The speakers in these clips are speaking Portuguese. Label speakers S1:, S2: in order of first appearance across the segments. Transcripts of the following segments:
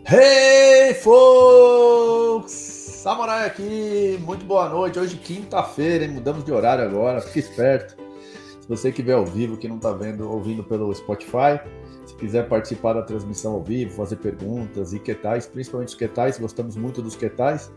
S1: Hey, folks! Samurai aqui, muito boa noite. Hoje quinta-feira, hein? Mudamos de horário agora, fique esperto. Se você que vê ao vivo, que não está ouvindo pelo Spotify, se quiser participar da transmissão ao vivo, fazer perguntas e quetais, principalmente os quetais, gostamos muito dos quetais.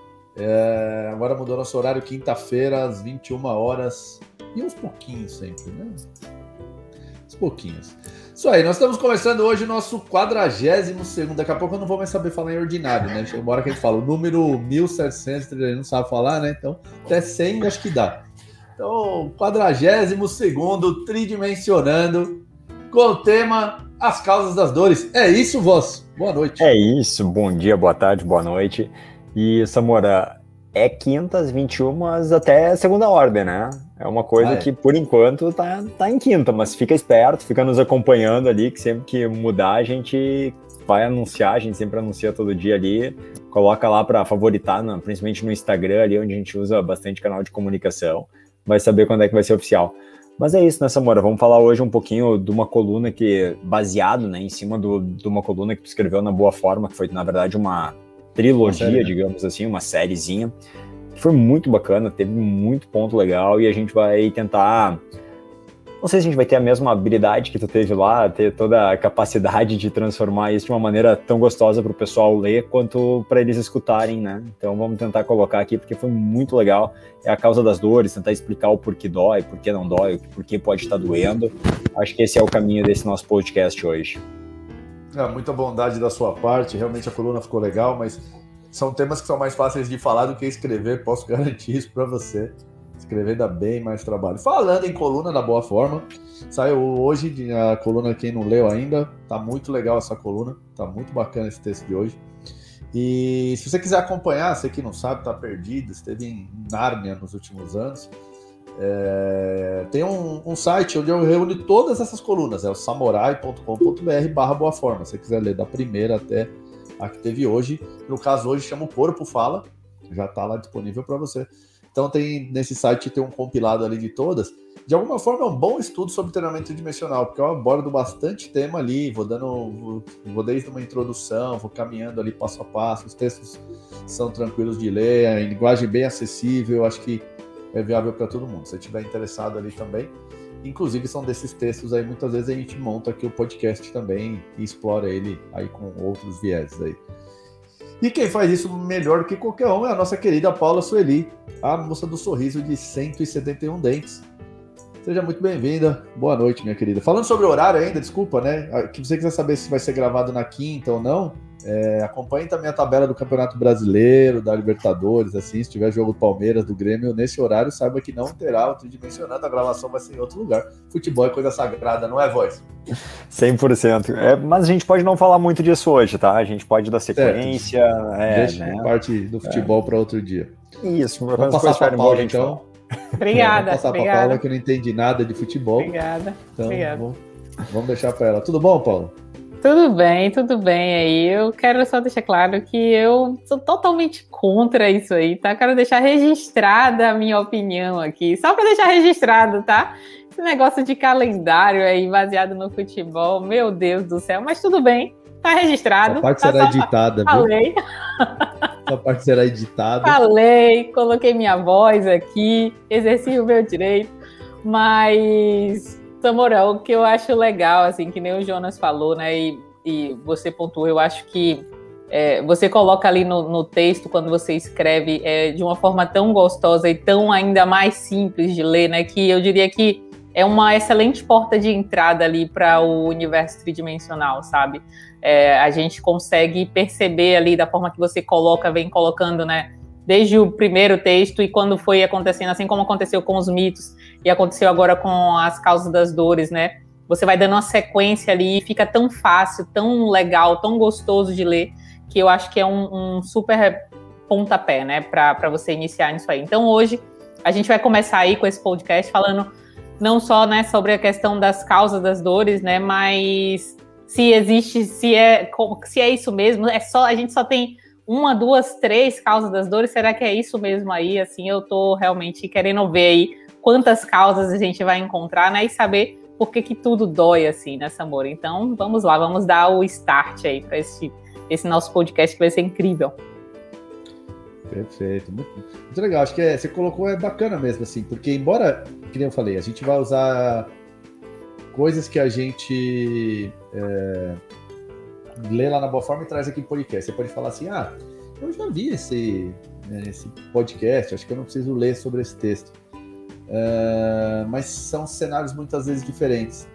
S1: Agora mudou nosso horário, quinta-feira, às 21 horas e uns pouquinhos sempre, né? Uns pouquinhos. Isso aí, nós estamos começando hoje o nosso 42º, daqui a pouco eu não vou mais saber falar em ordinário, né? Chega uma hora que a gente fala o número 1700, ele não sabe falar, né? Então, até 100 acho que dá. Então, 42º, tridimensionando, com o tema As Causas das Dores. É isso, Voz? Boa noite.
S2: É isso, bom dia, boa tarde, boa noite. E, Samora, é quintas, 21 até segunda ordem, né? É uma coisa que, por enquanto, tá em quinta, mas fica esperto, fica nos acompanhando ali, que sempre que mudar, a gente vai anunciar, a gente sempre anuncia todo dia ali, coloca lá para favoritar, principalmente no Instagram, ali onde a gente usa bastante canal de comunicação, vai saber quando é que vai ser oficial. Mas é isso, né, Samora? Vamos falar hoje um pouquinho de uma coluna baseado, né, em cima de uma coluna que tu escreveu na Boa Forma, que foi, na verdade, uma trilogia, digamos assim, uma sériezinha. Foi muito bacana, teve muito ponto legal e a gente vai tentar... Não sei se a gente vai ter a mesma habilidade que tu teve lá, ter toda a capacidade de transformar isso de uma maneira tão gostosa para o pessoal ler quanto para eles escutarem, né? Então vamos tentar colocar aqui, porque foi muito legal. É a causa das dores, tentar explicar o porquê dói, por que não dói, por que pode estar doendo. Acho que esse é o caminho desse nosso podcast hoje.
S1: Muita bondade da sua parte, realmente a coluna ficou legal, mas são temas que são mais fáceis de falar do que escrever, posso garantir isso para você. Escrever dá bem mais trabalho. Falando em coluna da Boa Forma, saiu hoje a coluna, quem não leu ainda, tá muito legal essa coluna, tá muito bacana esse texto de hoje. E se você quiser acompanhar, você que não sabe, tá perdido, esteve em Nárnia nos últimos anos, tem um site onde eu reúno todas essas colunas, é o samurai.com.br/Boa Forma. Se você quiser ler da primeira até a que teve hoje, no caso hoje chama o Corpo Fala, já está lá disponível para você. Então nesse site tem um compilado ali de todas. De alguma forma é um bom estudo sobre treinamento tridimensional, porque eu abordo bastante tema ali, vou desde uma introdução, vou caminhando ali passo a passo, os textos são tranquilos de ler, a linguagem bem acessível, eu acho que é viável para todo mundo. Se você estiver interessado ali também, inclusive são desses textos aí, muitas vezes a gente monta aqui o podcast também e explora ele aí com outros vieses aí. E quem faz isso melhor que qualquer um é a nossa querida Paula Sueli, a moça do sorriso de 171 dentes. Seja muito bem-vinda. Boa noite, minha querida. Falando sobre o horário ainda, desculpa, né? Se você quiser saber se vai ser gravado na quinta ou não, acompanhe também a tabela do Campeonato Brasileiro, da Libertadores, assim, se tiver jogo do Palmeiras, do Grêmio, nesse horário, saiba que não terá o tridimensionando, a gravação vai ser em outro lugar. Futebol é coisa sagrada, não é, Voz?
S2: 100%. Mas a gente pode não falar muito disso hoje, tá? A gente pode dar sequência.
S1: Deixa parte do futebol para outro dia.
S2: Isso.
S1: Vamos passar para a Paula, então.
S3: Obrigada.
S1: Vamos passar para a Paula, que eu não entendi nada de futebol.
S3: Obrigada.
S1: Então,
S3: Obrigada.
S1: Vamos deixar para ela. Tudo bom, Paula?
S3: Tudo bem aí. Eu quero só deixar claro que eu sou totalmente contra isso aí, tá? Quero deixar registrada a minha opinião aqui, só para deixar registrado, tá? Esse negócio de calendário aí baseado no futebol, meu Deus do céu, mas tudo bem, tá registrado.
S1: A parte será editada, viu?
S3: Falei.
S1: A parte será editada.
S3: Falei, coloquei minha voz aqui, exerci o meu direito, mas... Samora, o que eu acho legal, assim, que nem o Jonas falou, né, e você pontuou, eu acho que você coloca ali no texto, quando você escreve, de uma forma tão gostosa e tão ainda mais simples de ler, né, que eu diria que é uma excelente porta de entrada ali para o universo tridimensional, sabe? A gente consegue perceber ali da forma que você vem colocando, né, desde o primeiro texto e quando foi acontecendo, assim como aconteceu com os mitos e aconteceu agora com as causas das dores, né? Você vai dando uma sequência ali e fica tão fácil, tão legal, tão gostoso de ler, que eu acho que é um super pontapé, né, para você iniciar nisso aí. Então hoje a gente vai começar aí com esse podcast falando não só, né, sobre a questão das causas das dores, né, mas se existe, se é isso mesmo, a gente só tem 1, 2, 3 causas das dores, será que é isso mesmo aí? Assim, eu tô realmente querendo ver aí quantas causas a gente vai encontrar, né, e saber por que tudo dói assim, né, Samora? Então, vamos lá, vamos dar o start aí para esse esse nosso podcast, que vai ser incrível.
S1: Perfeito, muito legal. Acho que você colocou, é bacana mesmo, assim, porque embora, que nem eu falei, a gente vai usar coisas que a gente lê lá na Boa Forma e traz aqui em podcast. Você pode falar assim, eu já vi esse podcast, acho que eu não preciso ler sobre esse texto. Mas são cenários muitas vezes diferentes.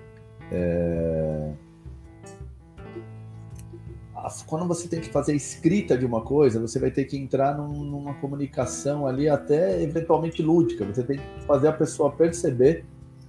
S1: Quando você tem que fazer a escrita de uma coisa, você vai ter que entrar numa comunicação ali até eventualmente lúdica. Você tem que fazer a pessoa perceber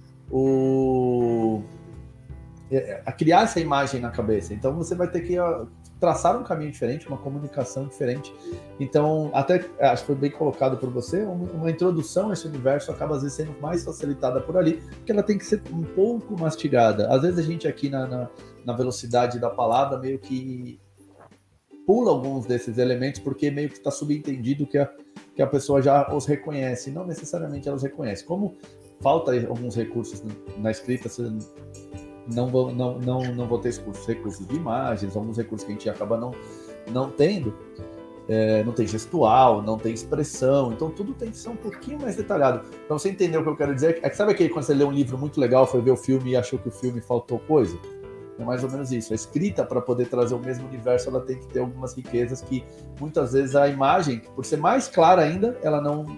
S1: a criar essa imagem na cabeça. Então você vai ter que traçar um caminho diferente, uma comunicação diferente. Então, até acho que foi bem colocado por você, uma introdução a esse universo acaba às vezes sendo mais facilitada por ali, porque ela tem que ser um pouco mastigada. Às vezes a gente aqui na velocidade da palavra meio que pula alguns desses elementos, porque meio que está subentendido que a pessoa já os reconhece. Não necessariamente ela os reconhece. Como falta alguns recursos na escrita, você não vou ter recursos de imagens, alguns recursos que a gente acaba não tendo. Não tem gestual, não tem expressão, então tudo tem que ser um pouquinho mais detalhado. Para você entender o que eu quero dizer, sabe aquele quando você lê um livro muito legal, foi ver o filme e achou que o filme faltou coisa? É mais ou menos isso. A escrita, para poder trazer o mesmo universo, ela tem que ter algumas riquezas que muitas vezes a imagem, por ser mais clara ainda, ela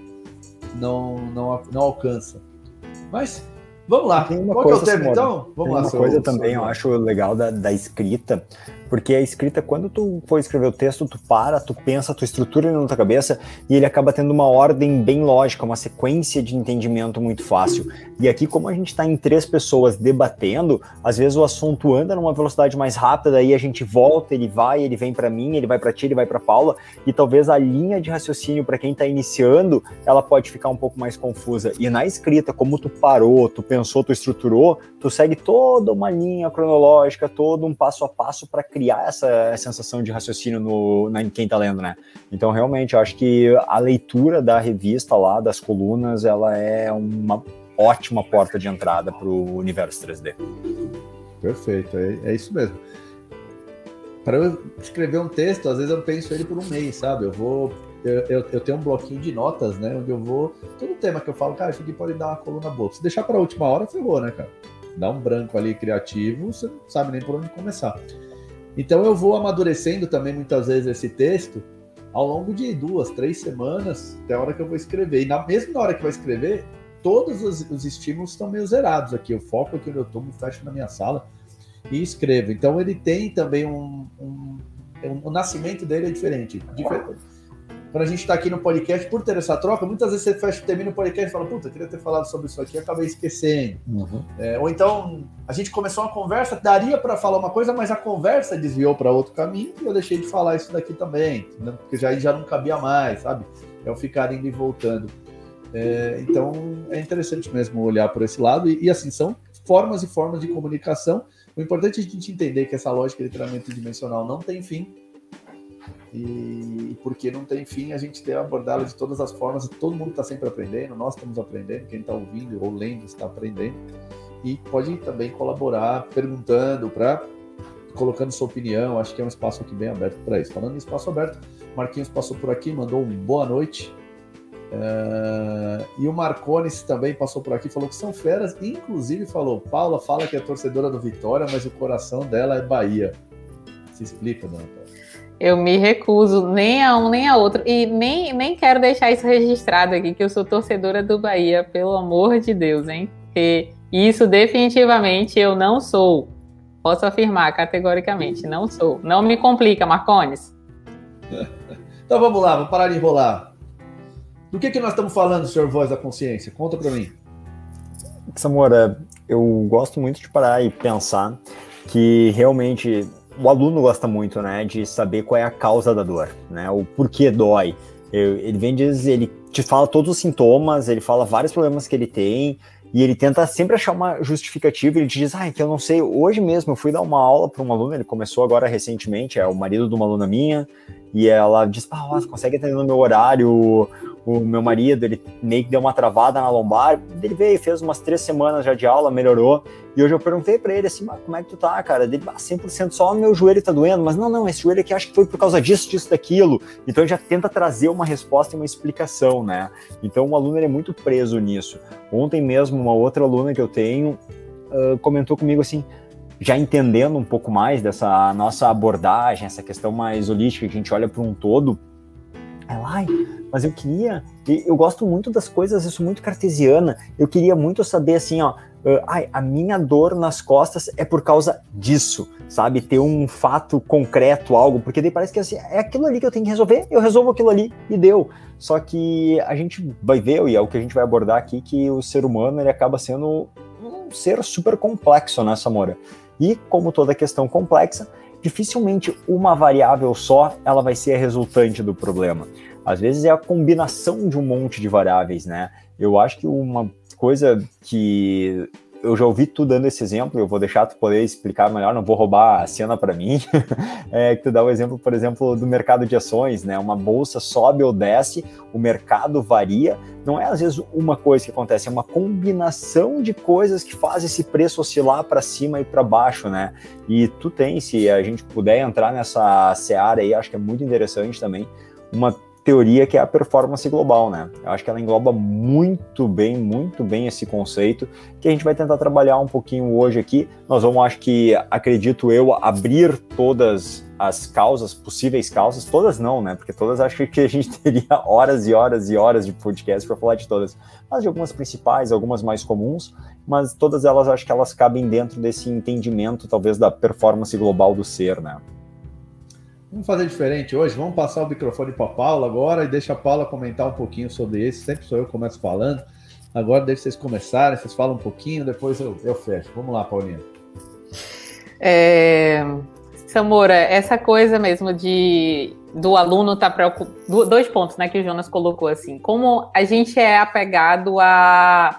S1: não alcança. Mas vamos lá. Qual que é o tema, então? Vamos lá.
S2: Uma coisa também eu acho legal da escrita, porque a escrita, quando tu for escrever o texto, tu para, tu pensa, tu estrutura ele na tua cabeça e ele acaba tendo uma ordem bem lógica, uma sequência de entendimento muito fácil. E aqui, como a gente está em 3 pessoas debatendo, às vezes o assunto anda numa velocidade mais rápida, daí a gente volta, ele vem para mim, ele vai para ti, ele vai para Paula, e talvez a linha de raciocínio para quem está iniciando, ela pode ficar um pouco mais confusa. E na escrita, como tu parou, tu pensou, tu estruturou, tu segue toda uma linha cronológica, todo um passo a passo para criar essa sensação de raciocínio em quem tá lendo, né? Então, realmente, eu acho que a leitura da revista lá, das colunas, ela é uma ótima porta de entrada para o universo 3D.
S1: Perfeito, é isso mesmo. Para eu escrever um texto, às vezes eu penso ele por um mês, sabe? Eu tenho um bloquinho de notas, né? Onde eu vou... Todo tema que eu falo, cara, isso aqui pode dar uma coluna boa. Se deixar para a última hora, ferrou, né, cara? Dá um branco ali criativo, você não sabe nem por onde começar. Então eu vou amadurecendo também muitas vezes esse texto ao longo de 2, 3 semanas, até a hora que eu vou escrever. E mesmo na hora que eu vou escrever, todos os estímulos estão meio zerados aqui. Eu foco aqui onde eu estou, me fecho na minha sala e escrevo. Então ele tem também o nascimento dele é diferente. Quando a gente está aqui no podcast, por ter essa troca, muitas vezes você termina o podcast e fala, puta, eu queria ter falado sobre isso aqui, acabei esquecendo. Uhum. Ou então, a gente começou uma conversa, daria para falar uma coisa, mas a conversa desviou para outro caminho e eu deixei de falar isso daqui também, né? Porque já não cabia mais, sabe? É o ficar indo e voltando. Então, é interessante mesmo olhar por esse lado e assim, são formas e formas de comunicação. O importante é a gente entender que essa lógica de treinamento dimensional não tem fim, e porque não tem fim, a gente deve abordá-la de todas as formas. Todo mundo está sempre aprendendo, nós estamos aprendendo, quem está ouvindo ou lendo está aprendendo, e pode também colaborar perguntando, colocando sua opinião. Acho que é um espaço aqui bem aberto para isso. Falando em espaço aberto, Marquinhos passou por aqui, mandou um boa noite, e o Marcones também passou por aqui, falou que são feras, inclusive falou, Paula fala que é torcedora do Vitória, mas o coração dela é Bahia. Se explica, dona Paula.
S3: Eu me recuso nem a um nem a outro. E nem quero deixar isso registrado aqui, que eu sou torcedora do Bahia, pelo amor de Deus, hein? Porque isso definitivamente eu não sou. Posso afirmar categoricamente, não sou. Não me complica, Marcones.
S1: Então vamos lá, vamos parar de enrolar. Do que nós estamos falando, senhor Voz da Consciência? Conta para mim.
S2: Samora, eu gosto muito de parar e pensar que realmente... O aluno gosta muito, né, de saber qual é a causa da dor, né, o porquê dói. Ele vem dizer, ele te fala todos os sintomas, ele fala vários problemas que ele tem, e ele tenta sempre achar uma justificativa. Ele te diz, que eu não sei, hoje mesmo eu fui dar uma aula para um aluno, ele começou agora recentemente, é o marido de uma aluna minha, e ela diz, você consegue atender no meu horário o meu marido, ele meio que deu uma travada na lombar, ele veio, fez umas 3 semanas já de aula, melhorou, e hoje eu perguntei pra ele assim, mas como é que tu tá, cara? Ele, 100% só meu joelho tá doendo, mas não, esse joelho aqui acho que foi por causa disso, daquilo. Então ele já tenta trazer uma resposta e uma explicação, né? Então o aluno, ele é muito preso nisso. Ontem mesmo, uma outra aluna que eu tenho comentou comigo assim, já entendendo um pouco mais dessa nossa abordagem, essa questão mais holística, que a gente olha para um todo, ela, mas eu gosto muito das coisas, eu sou muito cartesiana, eu queria muito saber assim, ó, a minha dor nas costas é por causa disso, sabe? Ter um fato concreto, algo, porque daí parece que assim, é aquilo ali que eu tenho que resolver, eu resolvo aquilo ali e deu. Só que a gente vai ver, e é o que a gente vai abordar aqui, que o ser humano, ele acaba sendo um ser super complexo, né, Samora? E como toda questão complexa, dificilmente uma variável só ela vai ser a resultante do problema. Às vezes é a combinação de um monte de variáveis, né? Eu acho que uma coisa que eu já ouvi tu dando esse exemplo, eu vou deixar tu poder explicar melhor, não vou roubar a cena para mim, que tu dá o exemplo, por exemplo, do mercado de ações, né? Uma bolsa sobe ou desce, o mercado varia, não é às vezes uma coisa que acontece, é uma combinação de coisas que faz esse preço oscilar para cima e para baixo, né? E tu tem, se a gente puder entrar nessa seara aí, acho que é muito interessante também, uma teoria que é a performance global, né? Eu acho que ela engloba muito bem esse conceito, que a gente vai tentar trabalhar um pouquinho hoje aqui. Nós vamos, acredito eu, abrir todas as causas, possíveis causas, todas não, né? Porque todas acho que a gente teria horas e horas e horas de podcast para falar de todas, mas de algumas principais, algumas mais comuns, mas todas elas acho que elas cabem dentro desse entendimento, talvez, da performance global do ser, né?
S1: Vamos fazer diferente hoje, vamos passar o microfone para a Paula agora e deixa a Paula comentar um pouquinho sobre esse. Sempre sou eu que começo falando, agora deixa vocês começarem, vocês falam um pouquinho, depois eu fecho. Vamos lá, Paulinha.
S3: Samora, essa coisa mesmo do aluno estar preocupado, 2 pontos, né, que o Jonas colocou assim, como a gente é apegado a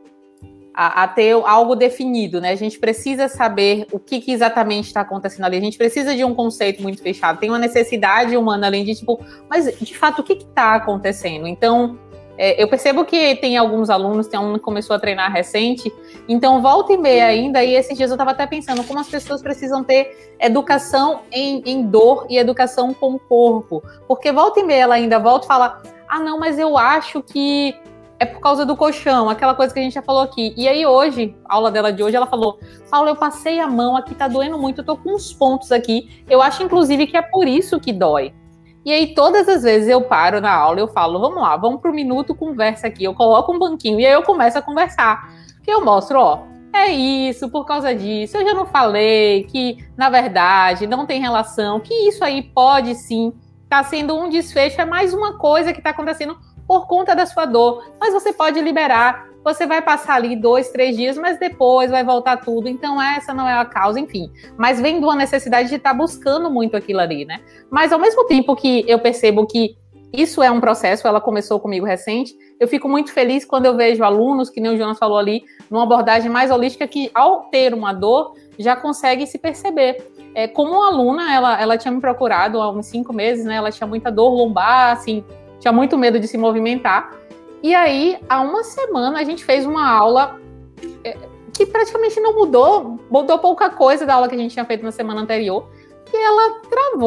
S3: ter algo definido, né? A gente precisa saber o que exatamente está acontecendo ali. A gente precisa de um conceito muito fechado. Tem uma necessidade humana além de, mas de fato, o que está acontecendo? Então, eu percebo que tem alguns alunos, tem um que começou a treinar recente, então volta e meia ainda, e esses dias eu estava até pensando como as pessoas precisam ter educação em dor e educação com o corpo. Porque volta e meia ela ainda volta e fala, não, mas eu acho que é por causa do colchão, aquela coisa que a gente já falou aqui. E aí hoje, a aula dela de hoje, ela falou, Paula, eu passei a mão aqui, tá doendo muito, eu tô com uns pontos aqui, eu acho inclusive que é por isso que dói. E aí todas as vezes eu paro na aula, eu falo, vamos lá, vamos pro minuto, conversa aqui, eu coloco um banquinho e aí eu começo a conversar. Que eu mostro, é isso, por causa disso, eu já não falei que, na verdade, não tem relação, que isso aí pode sim tá sendo um desfecho, é mais uma coisa que tá acontecendo por conta da sua dor, mas você pode liberar, você vai passar ali 2, 3 dias, mas depois vai voltar tudo, então essa não é a causa, enfim, mas vem de uma necessidade de estar buscando muito aquilo ali, né, mas ao mesmo tempo que eu percebo que isso é um processo, ela começou comigo recente, eu fico muito feliz quando eu vejo alunos, que nem o Jonas falou ali, numa abordagem mais holística, que ao ter uma dor, já consegue se perceber. Como aluna, ela tinha me procurado há uns 5 meses, né, ela tinha muita dor lombar, assim, tinha muito medo de se movimentar. E aí, há uma semana, a gente fez uma aula que praticamente não mudou pouca coisa da aula que a gente tinha feito na semana anterior, e ela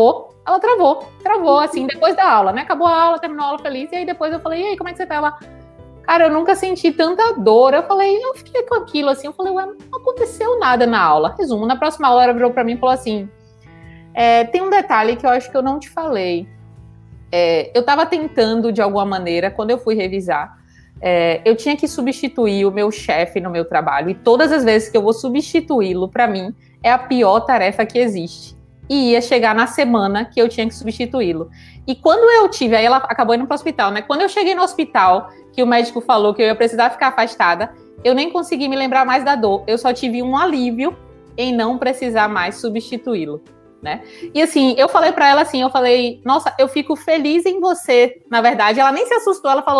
S3: travou, assim, depois da aula, né? Acabou a aula, terminou a aula feliz, e aí depois eu falei, e aí, como é que você tá? Ela, cara, eu nunca senti tanta dor. Eu fiquei com aquilo, assim, eu falei, ué, não aconteceu nada na aula. Resumo, na próxima aula ela virou pra mim e falou assim, tem um detalhe que eu acho que eu não te falei. Eu estava tentando, de alguma maneira, quando eu fui revisar, eu tinha que substituir o meu chefe no meu trabalho, e todas as vezes que eu vou substituí-lo, para mim, é a pior tarefa que existe. E ia chegar na semana que eu tinha que substituí-lo. E quando eu tive, aí ela acabou indo para o hospital, né? Quando eu cheguei no hospital, que o médico falou que eu ia precisar ficar afastada, eu nem consegui me lembrar mais da dor. Eu só tive um alívio em não precisar mais substituí-lo. Né? E assim, eu falei pra ela assim, nossa, eu fico feliz em você, na verdade, ela nem se assustou, ela falou,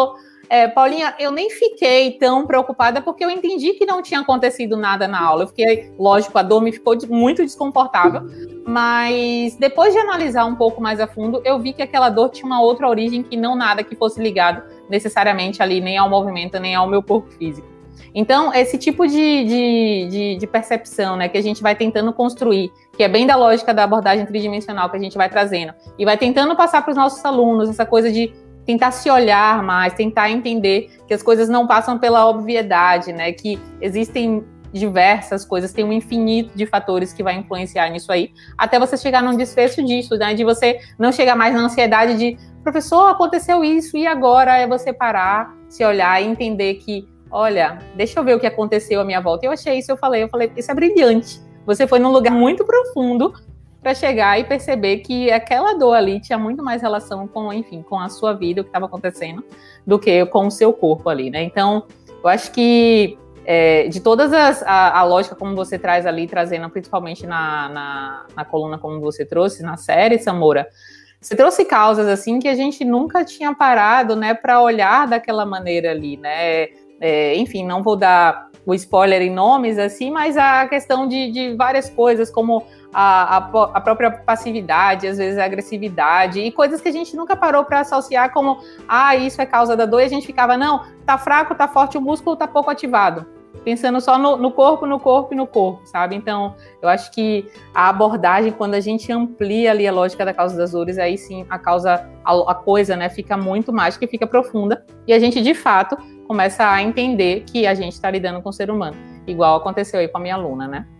S3: Paulinha, eu nem fiquei tão preocupada porque eu entendi que não tinha acontecido nada na aula. Eu fiquei, lógico, a dor me ficou muito desconfortável, mas depois de analisar um pouco mais a fundo, eu vi que aquela dor tinha uma outra origem, que não nada que fosse ligado necessariamente ali nem ao movimento, nem ao meu corpo físico. Então, esse tipo de percepção, né, que a gente vai tentando construir, que é bem da lógica da abordagem tridimensional que a gente vai trazendo, e vai tentando passar para os nossos alunos essa coisa de tentar se olhar mais, tentar entender que as coisas não passam pela obviedade, né, que existem diversas coisas, tem um infinito de fatores que vai influenciar nisso aí, até você chegar num desfecho disso, né, de você não chegar mais na ansiedade de, professor, aconteceu isso, e agora é você parar, se olhar e entender que, olha, deixa eu ver o que aconteceu à minha volta. Eu achei isso, eu falei, isso é brilhante. Você foi num lugar muito profundo para chegar e perceber que aquela dor ali tinha muito mais relação com, enfim, com a sua vida, o que estava acontecendo, do que com o seu corpo ali, né? Então, eu acho que de todas a lógica como você traz ali, trazendo principalmente na coluna como você trouxe, na série, Samora, você trouxe causas assim que a gente nunca tinha parado, né, para olhar daquela maneira ali, né? Enfim, não vou dar o spoiler em nomes, assim, mas a questão de várias coisas, como a própria passividade, às vezes a agressividade, e coisas que a gente nunca parou para associar como, isso é causa da dor, e a gente ficava, não, tá fraco, tá forte o músculo, tá pouco ativado. Pensando só no corpo, sabe? Então, eu acho que a abordagem, quando a gente amplia ali a lógica da causa das dores, aí sim a coisa, né, fica muito mágica e fica profunda, e a gente, de fato, começa a entender que a gente está lidando com o ser humano, igual aconteceu aí com a minha aluna, né?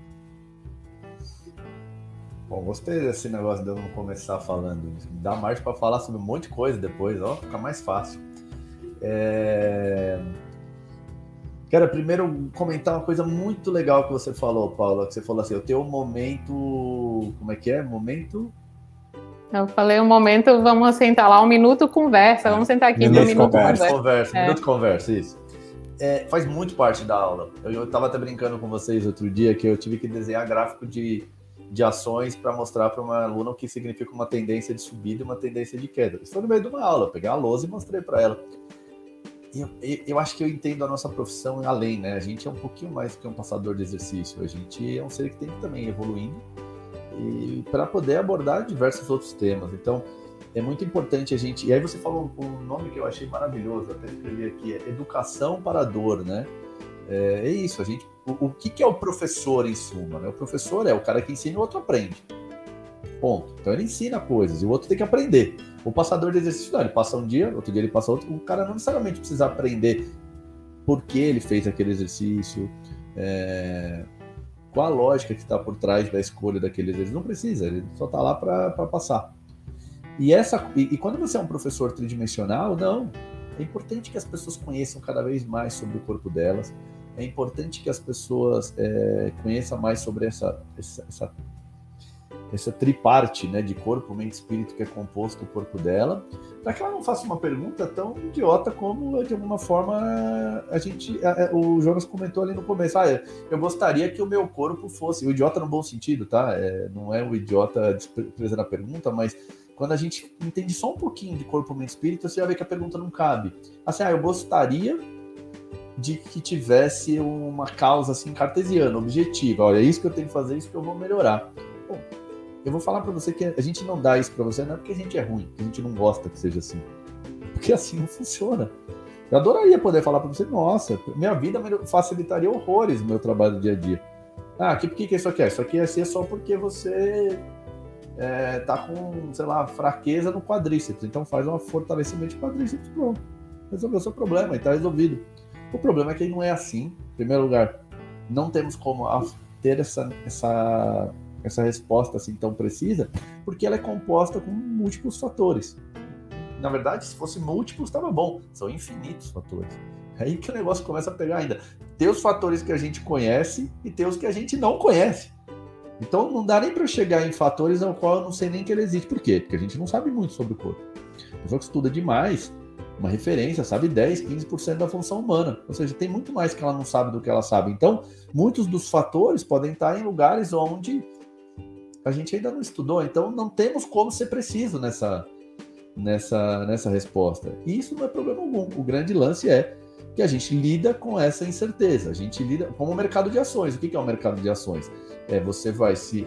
S1: Bom, gostei desse negócio de eu não começar falando. Dá margem para falar sobre um monte de coisa depois, ó, fica mais fácil. Quero primeiro comentar uma coisa muito legal que você falou, Paula, que você falou assim, eu tenho um momento... Como é que é? Momento...
S3: Eu falei um momento, vamos sentar lá, um minuto conversa, vamos sentar aqui para um minuto conversa.
S1: Minuto conversa, isso. Faz muito parte da aula. Eu estava até brincando com vocês outro dia que eu tive que desenhar gráfico de ações para mostrar para uma aluna o que significa uma tendência de subida e uma tendência de queda. Isso foi no meio de uma aula, eu peguei a lousa e mostrei para ela. Eu acho que eu entendo a nossa profissão além, né? A gente é um pouquinho mais do que um passador de exercício. A gente é um ser que tem que também ir evoluindo e para poder abordar diversos outros temas. Então, é muito importante a gente... E aí você falou um nome que eu achei maravilhoso, até escrevi aqui, é educação para a dor, né? É isso, a gente... O que é o professor, em suma, né? O professor é o cara que ensina e o outro aprende. Ponto. Então ele ensina coisas e o outro tem que aprender. O passador de exercício, não, ele passa um dia, outro dia ele passa outro. O cara não necessariamente precisa aprender por que ele fez aquele exercício, qual a lógica que está por trás da escolha daquele exercício. Não precisa, ele só está lá para passar. E quando você é um professor tridimensional, não. É importante que as pessoas conheçam cada vez mais sobre o corpo delas. É importante que as pessoas conheçam mais sobre essa triparte, né, de corpo, mente e espírito que é composto o corpo dela, para que ela não faça uma pergunta tão idiota como, de alguma forma, o Jonas comentou ali no começo, eu gostaria que o meu corpo fosse, o idiota no bom sentido, tá? Não é o idiota desprezando a pergunta, mas quando a gente entende só um pouquinho de corpo, mente e espírito, você vai ver que a pergunta não cabe. Assim, eu gostaria de que tivesse uma causa assim cartesiana, objetiva, olha, é isso que eu tenho que fazer, isso que eu vou melhorar. Bom, eu vou falar para você que a gente não dá isso para você, não é porque a gente é ruim, que a gente não gosta que seja assim. Porque assim não funciona. Eu adoraria poder falar para você, nossa, minha vida facilitaria horrores o meu trabalho do dia a dia. Por que isso aqui é? Isso aqui é ser só porque você tá com, sei lá, fraqueza no quadríceps. Então faz um fortalecimento de quadríceps, pronto. Resolveu o seu problema e tá resolvido. O problema é que não é assim. Em primeiro lugar, não temos como ter essa resposta assim tão precisa, porque ela é composta com múltiplos fatores. Na verdade, se fosse múltiplos, estava bom. São infinitos fatores. É aí que o negócio começa a pegar ainda. Tem os fatores que a gente conhece e tem os que a gente não conhece. Então, não dá nem para chegar em fatores ao qual eu não sei nem que ele existe. Por quê? Porque a gente não sabe muito sobre o corpo. A pessoa que estuda demais, uma referência, sabe 10, 15% da função humana. Ou seja, tem muito mais que ela não sabe do que ela sabe. Então, muitos dos fatores podem estar em lugares onde a gente ainda não estudou. Então, não temos como ser preciso nessa resposta. E isso não é problema algum. O grande lance é que a gente lida com essa incerteza. A gente lida com o mercado de ações. O que é o mercado de ações? Você vai se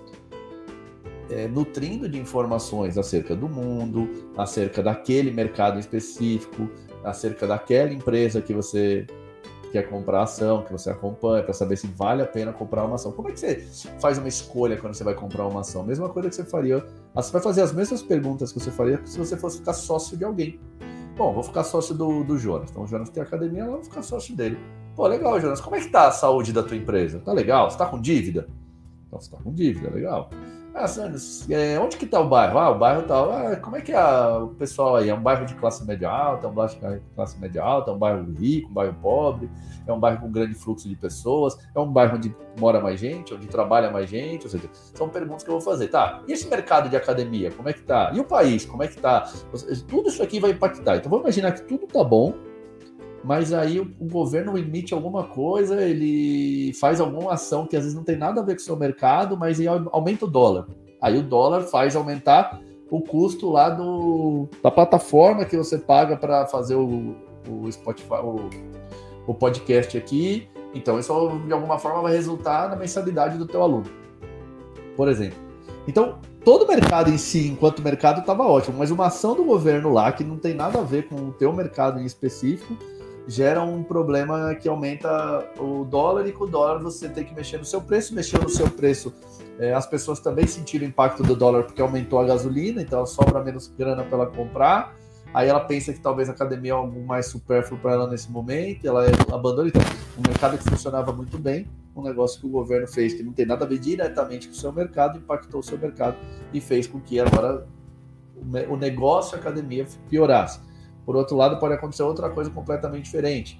S1: nutrindo de informações acerca do mundo, acerca daquele mercado específico, acerca daquela empresa que você quer comprar ação, que você acompanha, para saber se vale a pena comprar uma ação. Como é que você faz uma escolha quando você vai comprar uma ação? Mesma coisa que você faria, você vai fazer as mesmas perguntas que você faria se você fosse ficar sócio de alguém. Bom, vou ficar sócio do Jonas. Então o Jonas tem academia, eu vou ficar sócio dele. Pô, legal, Jonas, como é que tá a saúde da tua empresa? Tá legal? Você tá com dívida? Então você tá com dívida, legal. Sandro, onde que tá o bairro? O bairro tal. Como é que é o pessoal aí? É um bairro de classe média alta, é um bairro de classe média alta, é um bairro rico, um bairro pobre, é um bairro com grande fluxo de pessoas, é um bairro onde mora mais gente, onde trabalha mais gente, ou seja, são perguntas que eu vou fazer. Tá, e esse mercado de academia, como é que tá? E o país, como é que tá? Tudo isso aqui vai impactar. Então vamos imaginar que tudo tá bom, mas aí o governo emite alguma coisa, ele faz alguma ação que às vezes não tem nada a ver com o seu mercado, mas aumenta o dólar. Aí o dólar faz aumentar o custo lá da plataforma que você paga para fazer o Spotify, o podcast aqui. Então isso de alguma forma vai resultar na mensalidade do teu aluno, por exemplo. Então todo o mercado em si, enquanto mercado, estava ótimo, mas uma ação do governo lá que não tem nada a ver com o teu mercado em específico gera um problema que aumenta o dólar, e com o dólar você tem que mexer no seu preço. Mexeu no seu preço, as pessoas também sentiram o impacto do dólar porque aumentou a gasolina, então ela sobra menos grana para ela comprar. Aí ela pensa que talvez a academia é algo mais supérfluo para ela nesse momento, ela abandona. Então, um mercado que funcionava muito bem, um negócio que o governo fez que não tem nada a ver diretamente com o seu mercado, impactou o seu mercado e fez com que agora o negócio academia piorasse. Por outro lado, pode acontecer outra coisa completamente diferente.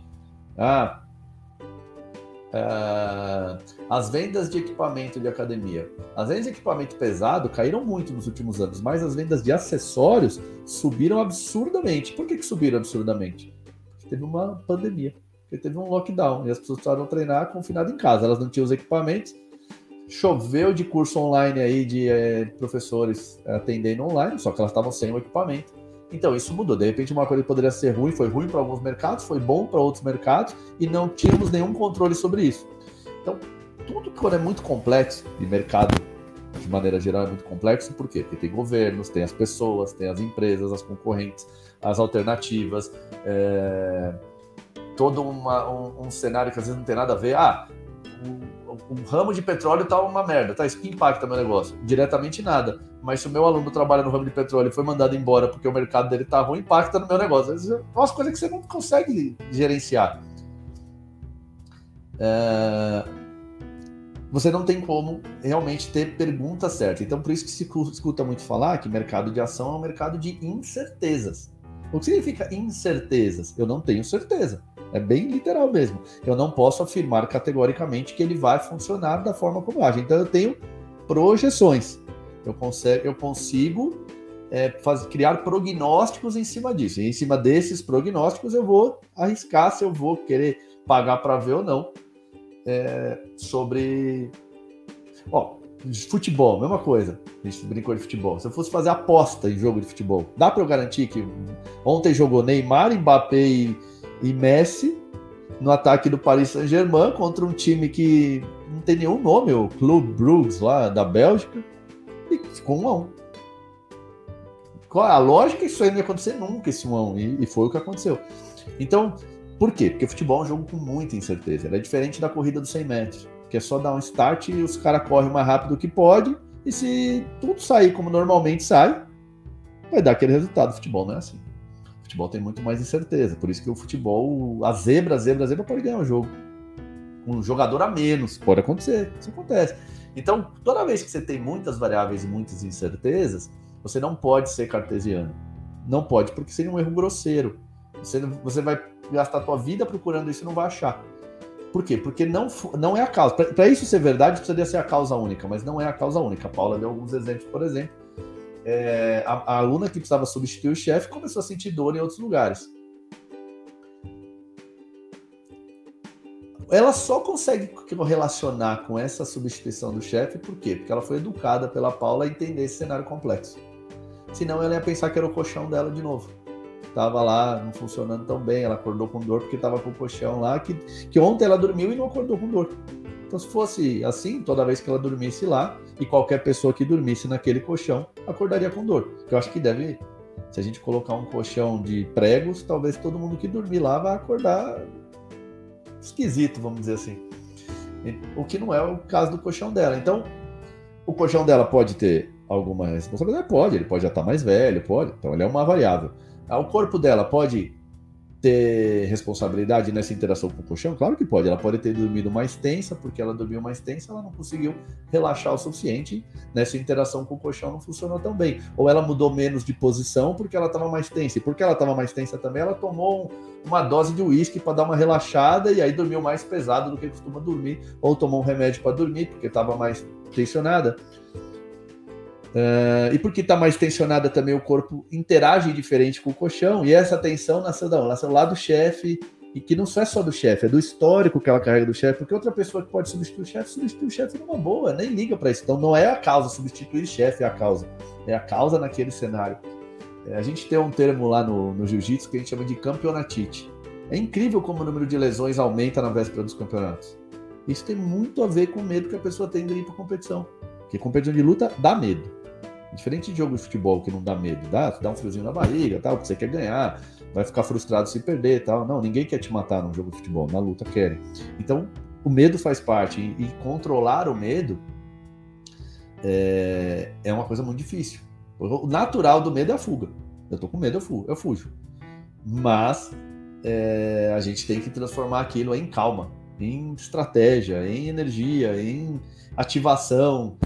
S1: As vendas de equipamento de academia. As vendas de equipamento pesado caíram muito nos últimos anos, mas as vendas de acessórios subiram absurdamente. Por que subiram absurdamente? Porque teve uma pandemia, porque teve um lockdown, e as pessoas precisaram treinar confinado em casa. Elas não tinham os equipamentos, choveu de curso online aí, de professores atendendo online, só que elas estavam sem o equipamento. Então, isso mudou. De repente, uma coisa que poderia ser ruim, foi ruim para alguns mercados, foi bom para outros mercados, e não tínhamos nenhum controle sobre isso. Então, tudo que é muito complexo, e mercado, de maneira geral, é muito complexo, por quê? Porque tem governos, tem as pessoas, tem as empresas, as concorrentes, as alternativas, todo um cenário que às vezes não tem nada a ver. O ramo de petróleo tá uma merda, tá? Isso que impacta meu negócio? Diretamente nada. Mas se o meu aluno trabalha no ramo de petróleo e foi mandado embora porque o mercado dele tá ruim, impacta no meu negócio. É uma coisa que você não consegue gerenciar. Você não tem como realmente ter pergunta certa. Então, por isso que se escuta muito falar que mercado de ação é um mercado de incertezas. O que significa incertezas? Eu não tenho certeza. É bem literal mesmo. Eu não posso afirmar categoricamente que ele vai funcionar da forma como age. Então eu tenho projeções. Eu consigo criar prognósticos em cima disso. E em cima desses prognósticos eu vou arriscar se eu vou querer pagar para ver ou não. Sobre... futebol, mesma coisa. A gente brincou de futebol. Se eu fosse fazer aposta em jogo de futebol, dá para eu garantir que ontem jogou Neymar, Mbappé e Messi no ataque do Paris Saint-Germain contra um time que não tem nenhum nome, o Clube Brugge lá da Bélgica, e ficou 1-1. A lógica é que isso aí não ia acontecer nunca, esse 1-1, e foi o que aconteceu. Então, por quê? Porque o futebol é um jogo com muita incerteza. Ele é diferente da corrida dos 100 metros, que é só dar um start e os caras correm o mais rápido que pode, e se tudo sair como normalmente sai, vai dar aquele resultado. O futebol não é assim. O futebol tem muito mais incerteza, por isso que o futebol, a zebra pode ganhar o jogo. Um jogador a menos, pode acontecer, isso acontece. Então, toda vez que você tem muitas variáveis e muitas incertezas, você não pode ser cartesiano. Não pode, porque seria um erro grosseiro. Você vai gastar a tua vida procurando isso e não vai achar. Por quê? Porque não é a causa. Para isso ser verdade, precisaria ser a causa única, mas não é a causa única. A Paula deu alguns exemplos, por exemplo. A aluna que precisava substituir o chefe começou a sentir dor em outros lugares. Ela só consegue relacionar com essa substituição do chefe, por quê? Porque ela foi educada pela Paula a entender esse cenário complexo. senão ela ia pensar que era o colchão dela de novo. Tava lá não funcionando tão bem, ela acordou com dor porque tava com o colchão lá, que ontem ela dormiu e não acordou com dor. Então, se fosse assim, toda vez que ela dormisse lá, e qualquer pessoa que dormisse naquele colchão, acordaria com dor. Eu acho que deve, se a gente colocar um colchão de pregos, talvez todo mundo que dormir lá vai acordar esquisito, vamos dizer assim. O que não é o caso do colchão dela. Então, o colchão dela pode ter alguma responsabilidade? Pode, ele pode já estar mais velho, pode. Então, ele é uma variável. O corpo dela pode ter responsabilidade nessa interação com o colchão? Claro que pode. Ela pode ter dormido mais tensa, porque ela dormiu mais tensa, ela não conseguiu relaxar o suficiente, nessa interação com o colchão não funcionou tão bem. Ou ela mudou menos de posição porque ela estava mais tensa. E porque ela estava mais tensa também, ela tomou uma dose de uísque para dar uma relaxada e aí dormiu mais pesado do que costuma dormir. Ou tomou um remédio para dormir porque estava mais tensionada. E porque está mais tensionada também, o corpo interage diferente com o colchão, e essa tensão nasceu da onde? Nasceu lá do chefe, e que não é só do chefe, é do histórico que ela carrega do chefe, porque outra pessoa que pode substituir o chefe numa boa, nem liga para isso. Então não é a causa, substituir chefe é a causa naquele cenário. A gente tem um termo lá no jiu-jitsu que a gente chama de campeonatite. É incrível como o número de lesões aumenta na véspera dos campeonatos. Isso tem muito a ver com o medo que a pessoa tem de ir para competição, porque competição de luta dá medo. Diferente de jogo de futebol que não dá medo, dá um friozinho na barriga, tal, porque você quer ganhar, vai ficar frustrado se perder, tal. Não, ninguém quer te matar num jogo de futebol, na luta querem. Então, o medo faz parte, e controlar o medo é uma coisa muito difícil. O natural do medo é a fuga. Eu tô com medo, eu fujo. Mas a gente tem que transformar aquilo em calma, em estratégia, em energia, em ativação.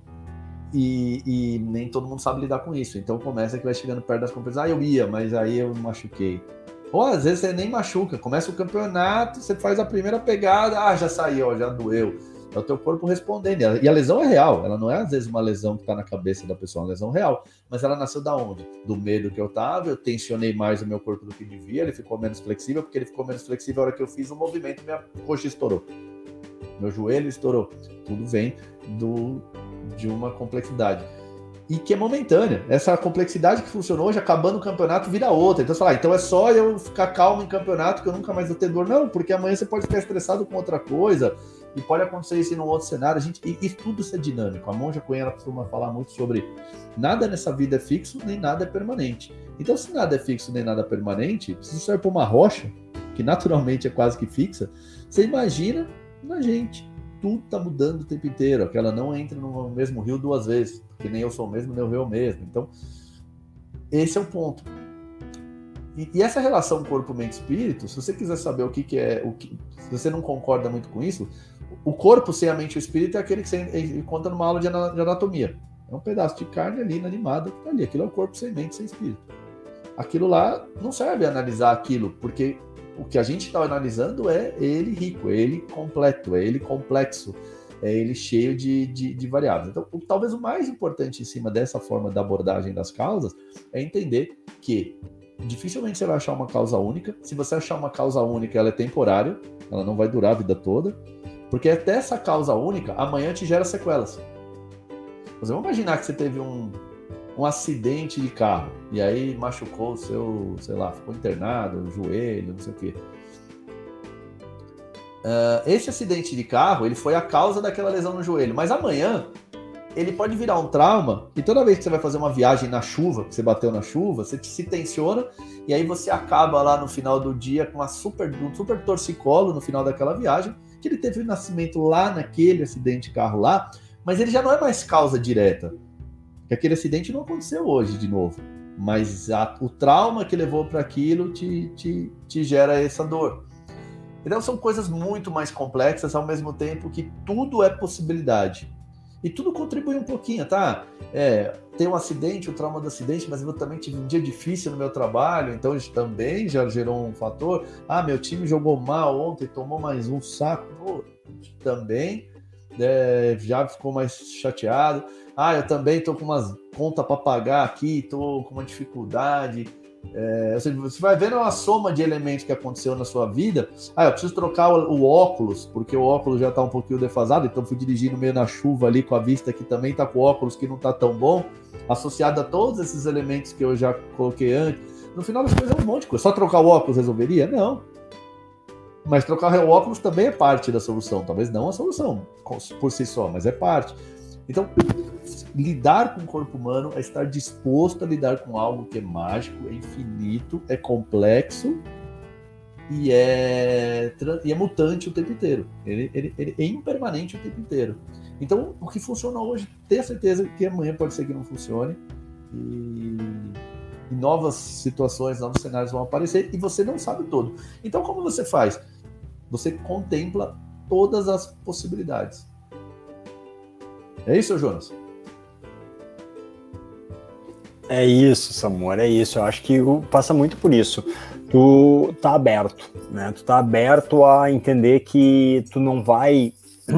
S1: E nem todo mundo sabe lidar com isso. Então começa que vai chegando perto das competições. Eu ia, mas aí eu machuquei. Ou às vezes você nem machuca. Começa o campeonato, você faz a primeira pegada, já saiu, já doeu. É o teu corpo respondendo. E a lesão é real. Ela não é às vezes uma lesão que está na cabeça da pessoa, é uma lesão real. Mas ela nasceu da onde? Do medo que eu tava, eu tensionei mais o meu corpo do que devia, ele ficou menos flexível, porque ele ficou menos flexível a hora que eu fiz o movimento, minha coxa estourou. Meu joelho estourou. Tudo vem de uma complexidade. E que é momentânea. Essa complexidade que funcionou hoje, acabando o campeonato, vira outra. Então você fala, então é só eu ficar calmo em campeonato que eu nunca mais vou ter dor. Não, porque amanhã você pode ficar estressado com outra coisa e pode acontecer isso em um outro cenário. E tudo isso é dinâmico. A Monja Coen, ela costuma falar muito sobre nada nessa vida é fixo, nem nada é permanente. Então, se nada é fixo, nem nada é permanente, se você olhar para uma rocha, que naturalmente é quase que fixa, você imagina na gente. Tudo está mudando o tempo inteiro, que ela não entra no mesmo rio duas vezes, porque nem eu sou o mesmo, nem o rio é o mesmo. Então, esse é o ponto. E essa relação corpo, mente, espírito, se você quiser saber o que é, se você não concorda muito com isso, o corpo sem a mente e o espírito é aquele que você conta numa aula de anatomia. É um pedaço de carne ali, inanimado, que está ali. Aquilo é o corpo sem mente, sem espírito. Aquilo lá não serve a analisar aquilo, porque o que a gente está analisando é ele rico, é ele completo, é ele complexo, é ele cheio de variáveis. Então, talvez o mais importante em cima dessa forma da abordagem das causas é entender que dificilmente você vai achar uma causa única. Se você achar uma causa única, ela é temporária, ela não vai durar a vida toda, porque até essa causa única, amanhã te gera sequelas. Mas vamos imaginar que você teve um acidente de carro, e aí machucou o seu, sei lá, ficou internado, o joelho, não sei o quê. Esse acidente de carro, ele foi a causa daquela lesão no joelho, mas amanhã ele pode virar um trauma, e toda vez que você vai fazer uma viagem na chuva, que você bateu na chuva, você se tensiona, e aí você acaba lá no final do dia com um super torcicolo no final daquela viagem, que ele teve o nascimento lá naquele acidente de carro lá, mas ele já não é mais causa direta. Que aquele acidente não aconteceu hoje de novo, mas o trauma que levou para aquilo te gera essa dor. Então são coisas muito mais complexas, ao mesmo tempo que tudo é possibilidade. E tudo contribui um pouquinho, tá? Tem um acidente, o trauma do acidente, mas eu também tive um dia difícil no meu trabalho, então isso também já gerou um fator. Meu time jogou mal ontem, tomou mais um saco, também já ficou mais chateado. Eu também tô com umas contas para pagar aqui, tô com uma dificuldade. Ou seja, você vai vendo uma soma de elementos que aconteceu na sua vida. Eu preciso trocar o óculos, porque o óculos já está um pouquinho defasado, então fui dirigir no meio da chuva ali com a vista que também está com o óculos que não está tão bom, associado a todos esses elementos que eu já coloquei antes. No final das coisas é um monte de coisa. Só trocar o óculos resolveria? Não. Mas trocar o óculos também é parte da solução. Talvez não a solução por si só, mas é parte. Então, lidar com o corpo humano é estar disposto a lidar com algo que é mágico, é infinito, é complexo e é mutante o tempo inteiro. Ele é impermanente o tempo inteiro. Então, o que funciona hoje, tenha certeza que amanhã pode ser que não funcione. E novas situações, novos cenários vão aparecer e você não sabe tudo. Então, como você faz? Você contempla todas as possibilidades. É isso, Jonas?
S2: É isso, Samora, é isso. Eu acho que passa muito por isso. Tu tá aberto, né? Tu tá aberto a entender que tu não vai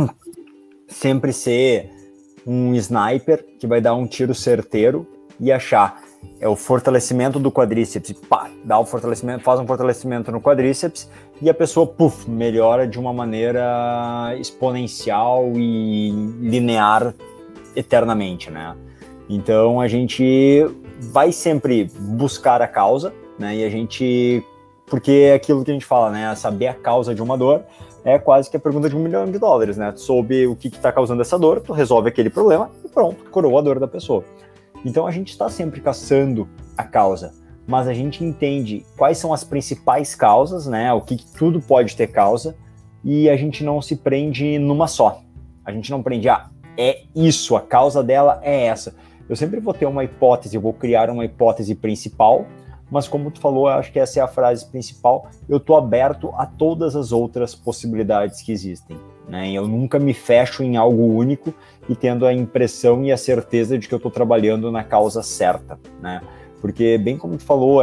S2: sempre ser um sniper que vai dar um tiro certeiro e achar é o fortalecimento do quadríceps, pá, dá o fortalecimento, faz um fortalecimento no quadríceps e a pessoa, melhora de uma maneira exponencial e linear eternamente, né? Então a gente vai sempre buscar a causa, né? E a gente, porque é aquilo que a gente fala, né? Saber a causa de uma dor é quase que a pergunta de $1 milhão, né? Tu soube o que está causando essa dor, tu resolve aquele problema e pronto, curou a dor da pessoa. Então a gente está sempre caçando a causa, mas a gente entende quais são as principais causas, né? O que tudo pode ter causa, e a gente não se prende numa só. A gente não prende, é isso, a causa dela é essa. Eu sempre vou ter uma hipótese, eu vou criar uma hipótese principal, mas como tu falou, eu acho que essa é a frase principal, eu estou aberto a todas as outras possibilidades que existem, né? Eu nunca me fecho em algo único e tendo a impressão e a certeza de que eu estou trabalhando na causa certa, né? Porque, bem como tu falou,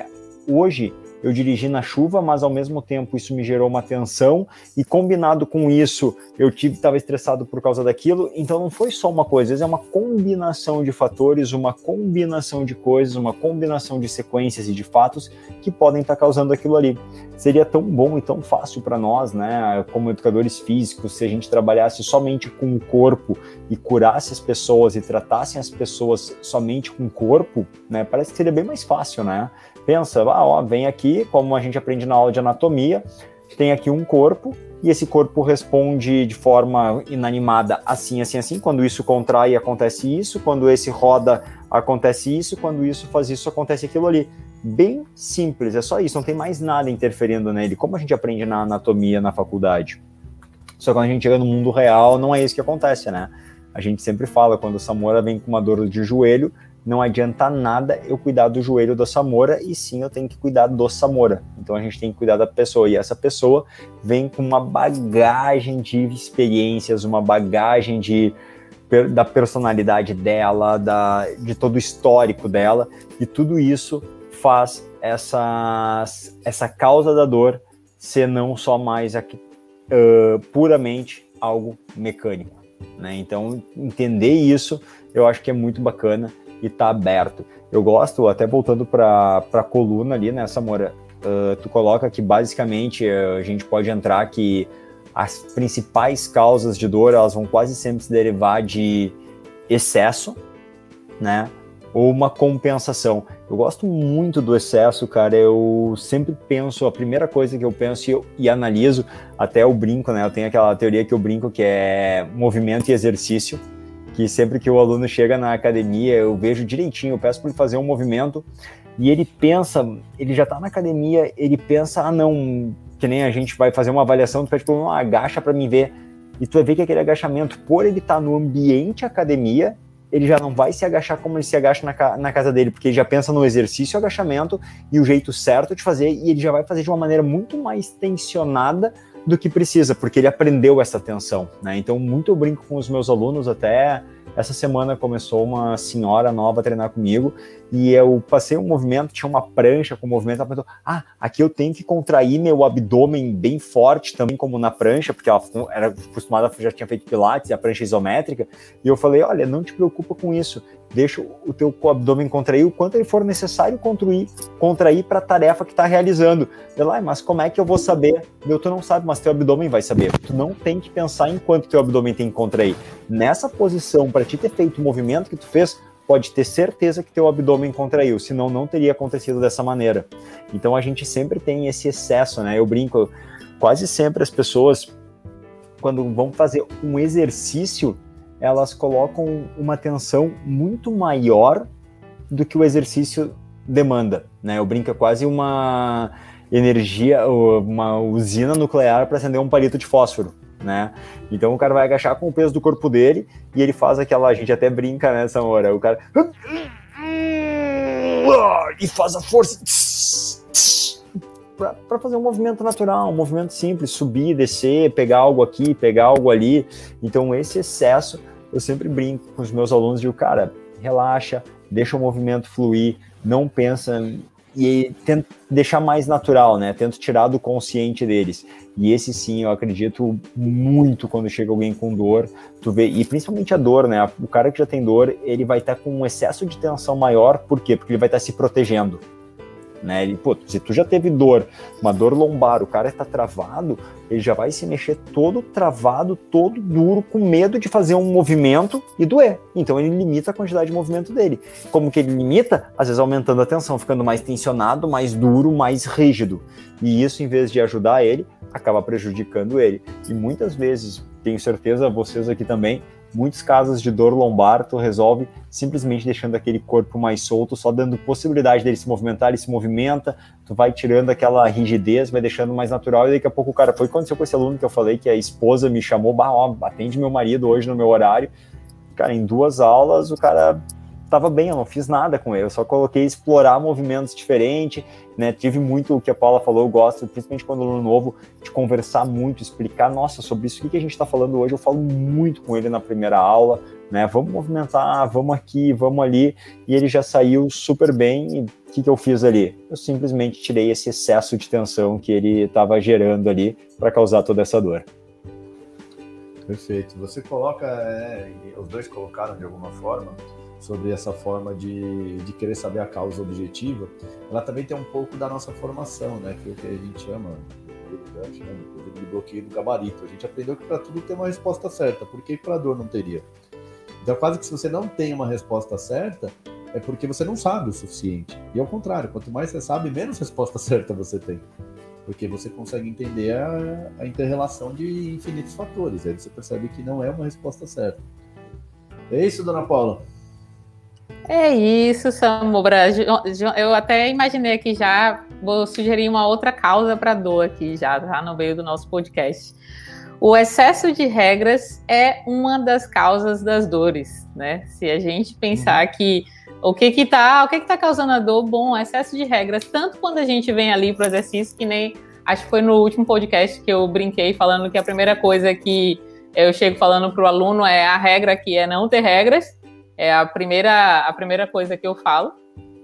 S2: hoje eu dirigi na chuva, mas ao mesmo tempo isso me gerou uma tensão e combinado com isso eu estava estressado por causa daquilo, então não foi só uma coisa, às vezes é uma combinação de fatores, uma combinação de coisas, uma combinação de sequências e de fatos que podem estar causando aquilo ali. Seria tão bom e tão fácil para nós, né, como educadores físicos, se a gente trabalhasse somente com o corpo e curasse as pessoas e tratassem as pessoas somente com o corpo, né, parece que seria bem mais fácil, né? Pensa, vem aqui, como a gente aprende na aula de anatomia, tem aqui um corpo, e esse corpo responde de forma inanimada assim, assim, assim, quando isso contrai, acontece isso, quando esse roda, acontece isso, quando isso faz isso, acontece aquilo ali. Bem simples, é só isso, não tem mais nada interferindo nele, como a gente aprende na anatomia na faculdade. Só que quando a gente chega no mundo real, não é isso que acontece, né? A gente sempre fala, quando o Samora vem com uma dor de joelho, não adianta nada eu cuidar do joelho da Samora, e sim eu tenho que cuidar do Samora. Então a gente tem que cuidar da pessoa, e essa pessoa vem com uma bagagem de experiências, uma bagagem da personalidade dela, de todo o histórico dela, e tudo isso faz essa causa da dor ser não só mais puramente algo mecânico, né? Então entender isso eu acho que é muito bacana e tá aberto. Eu gosto, até voltando para a coluna ali, né, Samora, tu coloca que basicamente a gente pode entrar que as principais causas de dor, elas vão quase sempre se derivar de excesso, né, ou uma compensação. Eu gosto muito do excesso, cara, eu sempre penso, a primeira coisa que eu penso e analiso, até eu brinco, né, eu tenho aquela teoria que eu brinco que é movimento e exercício, que sempre que o aluno chega na academia, eu vejo direitinho, eu peço para ele fazer um movimento, e ele pensa, ele já está na academia, ele pensa, não, que nem a gente vai fazer uma avaliação, tu pede para ele, agacha para mim ver, e tu vai ver que aquele agachamento, por ele estar no ambiente academia, ele já não vai se agachar como ele se agacha na casa dele, porque ele já pensa no exercício, agachamento, e o jeito certo de fazer, e ele já vai fazer de uma maneira muito mais tensionada do que precisa, porque ele aprendeu essa tensão, né? Então, muito eu brinco com os meus alunos, até essa semana começou uma senhora nova a treinar comigo, e eu passei um movimento, tinha uma prancha com o movimento, ela perguntou, aqui eu tenho que contrair meu abdômen bem forte, também como na prancha, porque ela era acostumada, já tinha feito pilates, a prancha isométrica, e eu falei, olha, não te preocupa com isso, deixa o teu abdômen contrair o quanto ele for necessário contrair para a tarefa que está realizando. Mas como é que eu vou saber? Tu não sabe, mas teu abdômen vai saber. Tu não tem que pensar em quanto teu abdômen tem que contrair. Nessa posição, para ti ter feito o movimento que tu fez, pode ter certeza que teu abdômen contraiu, senão não teria acontecido dessa maneira. Então a gente sempre tem esse excesso, né? Eu brinco, quase sempre as pessoas, quando vão fazer um exercício, elas colocam uma tensão muito maior do que o exercício demanda, né? Eu brinco, é quase uma energia, uma usina nuclear para acender um palito de fósforo, né? Então o cara vai agachar com o peso do corpo dele e ele faz aquela, a gente até brinca nessa hora, o cara e faz a força para fazer um movimento natural, um movimento simples, subir, descer, pegar algo aqui, pegar algo ali. Então esse excesso, eu sempre brinco com os meus alunos, digo, cara, relaxa, deixa o movimento fluir, não pensa, e tenta deixar mais natural, né? Tento tirar do consciente deles. E esse sim, eu acredito muito quando chega alguém com dor, tu vê, e principalmente a dor, né? O cara que já tem dor, ele vai estar com um excesso de tensão maior, por quê? Porque ele vai estar se protegendo, né? Ele, se tu já teve dor, uma dor lombar, o cara está travado, ele já vai se mexer todo travado, todo duro, com medo de fazer um movimento e doer. Então ele limita a quantidade de movimento dele. Como que ele limita? Às vezes aumentando a tensão, ficando mais tensionado, mais duro, mais rígido. E isso, em vez de ajudar ele, acaba prejudicando ele. E muitas vezes, tenho certeza, vocês aqui também, muitos casos de dor lombar, tu resolve simplesmente deixando aquele corpo mais solto, só dando possibilidade dele se movimentar, ele se movimenta, tu vai tirando aquela rigidez, vai deixando mais natural, e daqui a pouco o cara, foi o que aconteceu com esse aluno que eu falei, que a esposa me chamou, atende meu marido hoje no meu horário, cara, em 2 aulas o cara tava bem, eu não fiz nada com ele, eu só coloquei explorar movimentos diferentes, né, tive muito o que a Paula falou, eu gosto, principalmente quando aluno novo, de conversar muito, explicar, nossa, sobre isso que a gente tá falando hoje, eu falo muito com ele na primeira aula, né, vamos movimentar, vamos aqui, vamos ali, e ele já saiu super bem, e o que eu fiz ali? Eu simplesmente tirei esse excesso de tensão que ele estava gerando ali para causar toda essa dor.
S1: Perfeito, você coloca, os dois colocaram de alguma forma, sobre essa forma de querer saber a causa objetiva, ela também tem um pouco da nossa formação, né? Que é o que a gente chama de bloqueio do gabarito. A gente aprendeu que para tudo tem uma resposta certa, por que para a dor não teria? Então, quase que se você não tem uma resposta certa, é porque você não sabe o suficiente. E ao contrário, quanto mais você sabe, menos resposta certa você tem. Porque você consegue entender a inter-relação de infinitos fatores. Aí você percebe que não é uma resposta certa. É isso, dona Paula?
S3: É isso, Samora. Eu até imaginei aqui já, vou sugerir uma outra causa para dor aqui já no meio do nosso podcast. O excesso de regras é uma das causas das dores, né? Se a gente pensar que o que tá causando a dor, bom, excesso de regras, tanto quando a gente vem ali para o exercício, que nem, acho que foi no último podcast que eu brinquei falando que a primeira coisa que eu chego falando para o aluno é a regra que é não ter regras. É a primeira coisa que eu falo.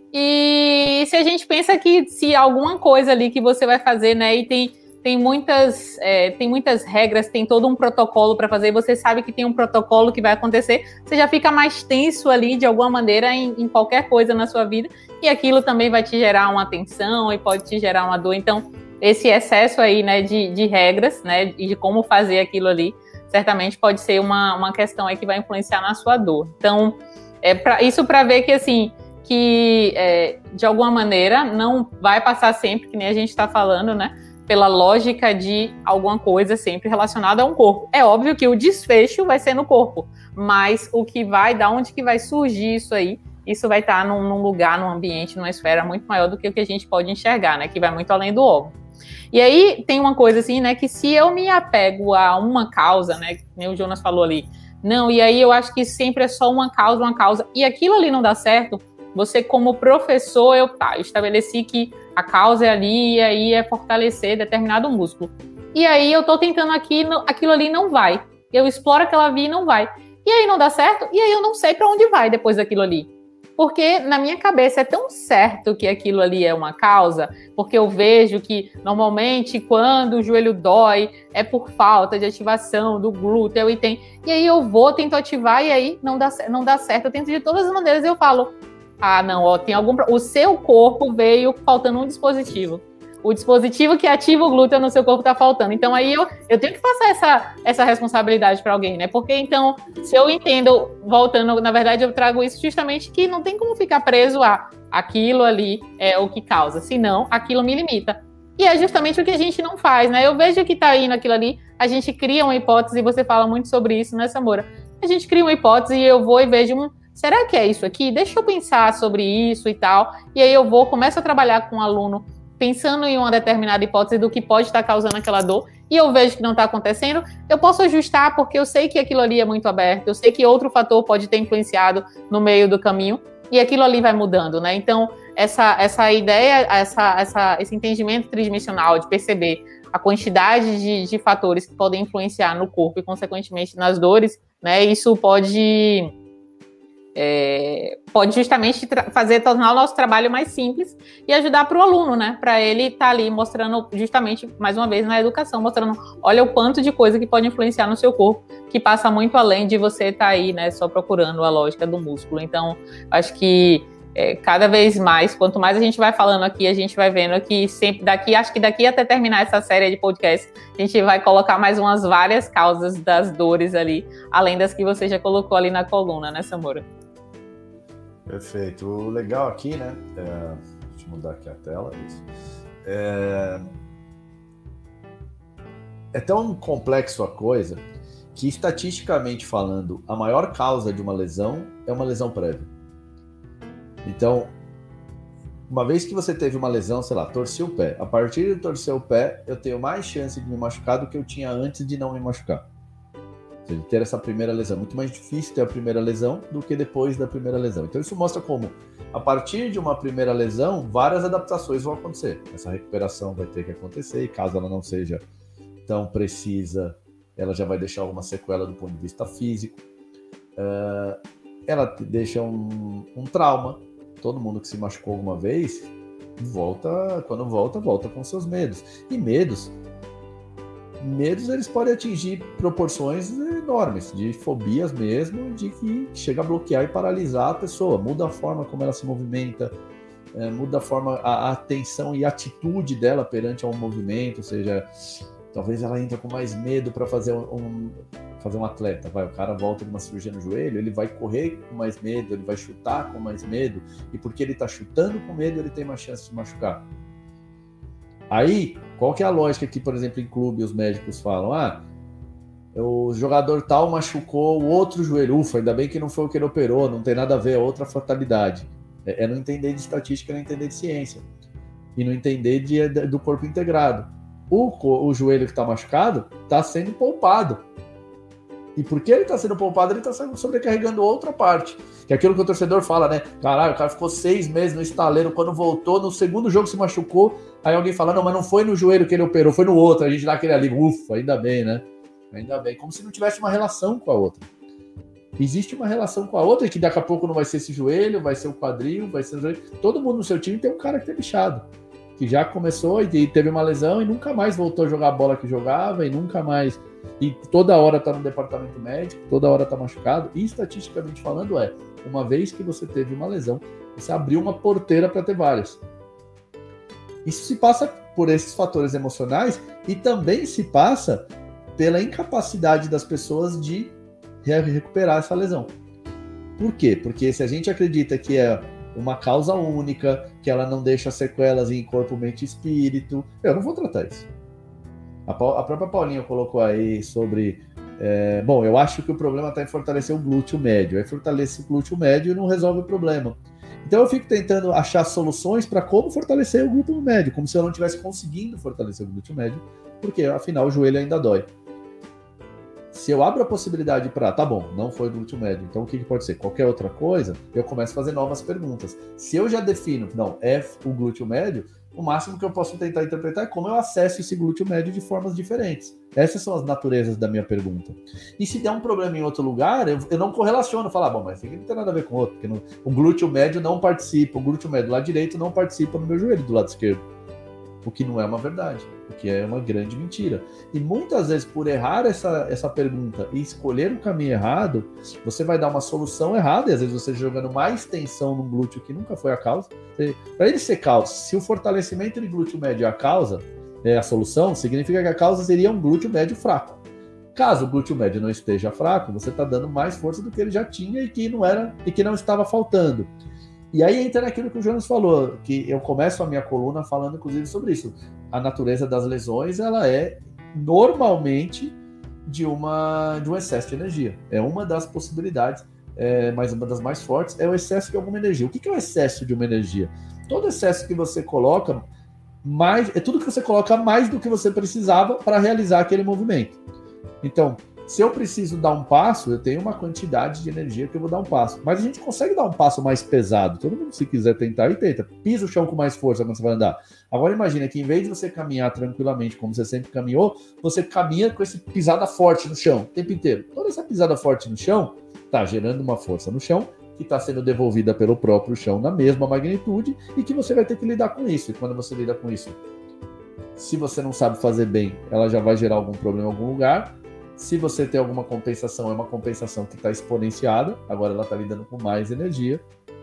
S3: E se a gente pensa que se alguma coisa ali que você vai fazer, né, e tem muitas regras, tem todo um protocolo para fazer, você sabe que tem um protocolo que vai acontecer, você já fica mais tenso ali, de alguma maneira, em qualquer coisa na sua vida, e aquilo também vai te gerar uma tensão e pode te gerar uma dor. Então, esse excesso aí, né, de regras, né, e de como fazer aquilo ali, certamente pode ser uma questão aí que vai influenciar na sua dor. Então, isso para ver que, assim, de alguma maneira não vai passar sempre, que nem a gente está falando, né? Pela lógica de alguma coisa sempre relacionada a um corpo. É óbvio que o desfecho vai ser no corpo, mas o que vai, da onde que vai surgir isso aí, isso vai estar num lugar, num ambiente, numa esfera muito maior do que o que a gente pode enxergar, né? Que vai muito além do óbvio. E aí tem uma coisa assim, né, que se eu me apego a uma causa, né, como o Jonas falou ali, não, e aí eu acho que sempre é só uma causa, e aquilo ali não dá certo, você como professor, eu estabeleci que a causa é ali, e aí é fortalecer determinado músculo. E aí eu tô tentando aquilo ali não vai, eu exploro aquela via e não vai. E aí não dá certo, e aí eu não sei para onde vai depois daquilo ali. porque na minha cabeça é tão certo que aquilo ali é uma causa, porque eu vejo que normalmente quando o joelho dói é por falta de ativação do glúteo e aí eu tento ativar e aí não dá certo, eu tento de todas as maneiras e eu falo, não, tem o seu corpo veio faltando um dispositivo. O dispositivo que ativa o glúteo no seu corpo está faltando. Então, aí eu tenho que passar essa responsabilidade para alguém, né? Porque, então, se eu entendo, voltando, na verdade, eu trago isso justamente que não tem como ficar preso a aquilo ali é o que causa. Senão, aquilo me limita. E é justamente o que a gente não faz, né? Eu vejo que está indo aquilo ali, a gente cria uma hipótese, e você fala muito sobre isso, né, Samora? A gente cria uma hipótese e eu vou e vejo será que é isso aqui? Deixa eu pensar sobre isso e tal. E aí eu começo a trabalhar com um aluno pensando em uma determinada hipótese do que pode estar causando aquela dor, e eu vejo que não está acontecendo, eu posso ajustar, porque eu sei que aquilo ali é muito aberto, eu sei que outro fator pode ter influenciado no meio do caminho, e aquilo ali vai mudando, né? Então, essa ideia, esse entendimento tridimensional de perceber a quantidade de fatores que podem influenciar no corpo e, consequentemente, nas dores, né? Isso pode justamente tornar o nosso trabalho mais simples e ajudar para o aluno, né? Para ele estar ali mostrando, justamente, mais uma vez, na educação, mostrando, olha o quanto de coisa que pode influenciar no seu corpo, que passa muito além de você estar aí, né, só procurando a lógica do músculo. Então, acho que cada vez mais, quanto mais a gente vai falando aqui, a gente vai vendo que sempre acho que daqui até terminar essa série de podcast, a gente vai colocar mais umas várias causas das dores ali, além das que você já colocou ali na coluna, né, Samora?
S1: Perfeito. O legal aqui, né? Deixa eu mudar aqui a tela. Isso. É tão complexo a coisa que, estatisticamente falando, a maior causa de uma lesão é uma lesão prévia. Então, uma vez que você teve uma lesão, sei lá, torci o pé. A partir de torcer o pé, eu tenho mais chance de me machucar do que eu tinha antes de não me machucar. De ter essa primeira lesão. Muito mais difícil ter a primeira lesão do que depois da primeira lesão. Então isso mostra como, a partir de uma primeira lesão, várias adaptações vão acontecer. Essa recuperação vai ter que acontecer, e caso ela não seja tão precisa, ela já vai deixar alguma sequela do ponto de vista físico. Ela deixa um trauma. Todo mundo que se machucou alguma vez, quando volta com seus medos. E medos eles podem atingir proporções enormes, de fobias mesmo, de que chega a bloquear e paralisar a pessoa, muda a forma como ela se movimenta, muda a forma, a atenção e a atitude dela perante a um movimento, ou seja, talvez ela entra com mais medo para fazer um atleta, o cara volta de uma cirurgia no joelho, ele vai correr com mais medo, ele vai chutar com mais medo, e porque ele está chutando com medo, ele tem mais chance de machucar. Aí, qual que é a lógica que, por exemplo, em clube os médicos falam? O jogador tal machucou o outro joelho. Ufa, ainda bem que não foi o que ele operou, não tem nada a ver, é outra fatalidade. É não entender de estatística, não entender de ciência. E não entender do corpo integrado. O joelho que está machucado está sendo poupado. E porque ele está sendo poupado, ele está sobrecarregando outra parte. Que é aquilo que o torcedor fala, né? Caralho, o cara ficou 6 meses no estaleiro, quando voltou, no segundo jogo se machucou, aí alguém fala, não, mas não foi no joelho que ele operou, foi no outro, a gente dá aquele ali, ufa, ainda bem, né? Ainda bem, como se não tivesse uma relação com a outra. Existe uma relação com a outra, que daqui a pouco não vai ser esse joelho, vai ser o quadril, vai ser o joelho. Todo mundo no seu time tem um cara que tá bichado, que já começou e teve uma lesão e nunca mais voltou a jogar a bola que jogava e nunca mais... E toda hora tá no departamento médico, toda hora tá machucado. E estatisticamente falando uma vez que você teve uma lesão, você abriu uma porteira para ter várias. Isso se passa por esses fatores emocionais e também se passa pela incapacidade das pessoas de recuperar essa lesão. Por quê? Porque se a gente acredita que é uma causa única, que ela não deixa sequelas em corpo, mente e espírito, eu não vou tratar isso. A própria Paulinha colocou aí sobre... bom, eu acho que o problema está em fortalecer o glúteo médio. Aí fortalece o glúteo médio e não resolve o problema. Então eu fico tentando achar soluções para como fortalecer o glúteo médio, como se eu não estivesse conseguindo fortalecer o glúteo médio, porque afinal o joelho ainda dói. Se eu abro a possibilidade para, tá bom, não foi o glúteo médio, então o que pode ser? Qualquer outra coisa, eu começo a fazer novas perguntas. Se eu já defino, não, é o glúteo médio, o máximo que eu posso tentar interpretar é como eu acesso esse glúteo médio de formas diferentes. Essas são as naturezas da minha pergunta. E se der um problema em outro lugar, eu não correlaciono, falar, bom, mas isso aqui não tem nada a ver com o outro, porque o glúteo médio não participa, o glúteo médio do lado direito não participa no meu joelho do lado esquerdo. O que não é uma verdade, o que é uma grande mentira. E muitas vezes, por errar essa pergunta e escolher o caminho errado, você vai dar uma solução errada, e às vezes você jogando mais tensão no glúteo que nunca foi a causa. Para ele ser causa, se o fortalecimento de glúteo médio é a causa, é a solução, significa que a causa seria um glúteo médio fraco. Caso o glúteo médio não esteja fraco, você está dando mais força do que ele já tinha e que não estava faltando. E aí entra naquilo que o Jonas falou, que eu começo a minha coluna falando, inclusive, sobre isso. A natureza das lesões, ela é normalmente de um excesso de energia. É uma das possibilidades, mas uma das mais fortes é o excesso de alguma energia. O que é o excesso de uma energia? Todo excesso que você coloca, é tudo que você coloca mais do que você precisava para realizar aquele movimento. Então, se eu preciso dar um passo, eu tenho uma quantidade de energia que eu vou dar um passo. Mas a gente consegue dar um passo mais pesado. Todo mundo, se quiser tentar, tenta. Pisa o chão com mais força quando você vai andar. Agora imagina que em vez de você caminhar tranquilamente, como você sempre caminhou, você caminha com essa pisada forte no chão o tempo inteiro. Toda essa pisada forte no chão está gerando uma força no chão que está sendo devolvida pelo próprio chão na mesma magnitude e que você vai ter que lidar com isso. E quando você lida com isso, se você não sabe fazer bem, ela já vai gerar algum problema em algum lugar. Se você tem alguma compensação, é uma compensação que está exponenciada, agora ela está lidando com mais energia.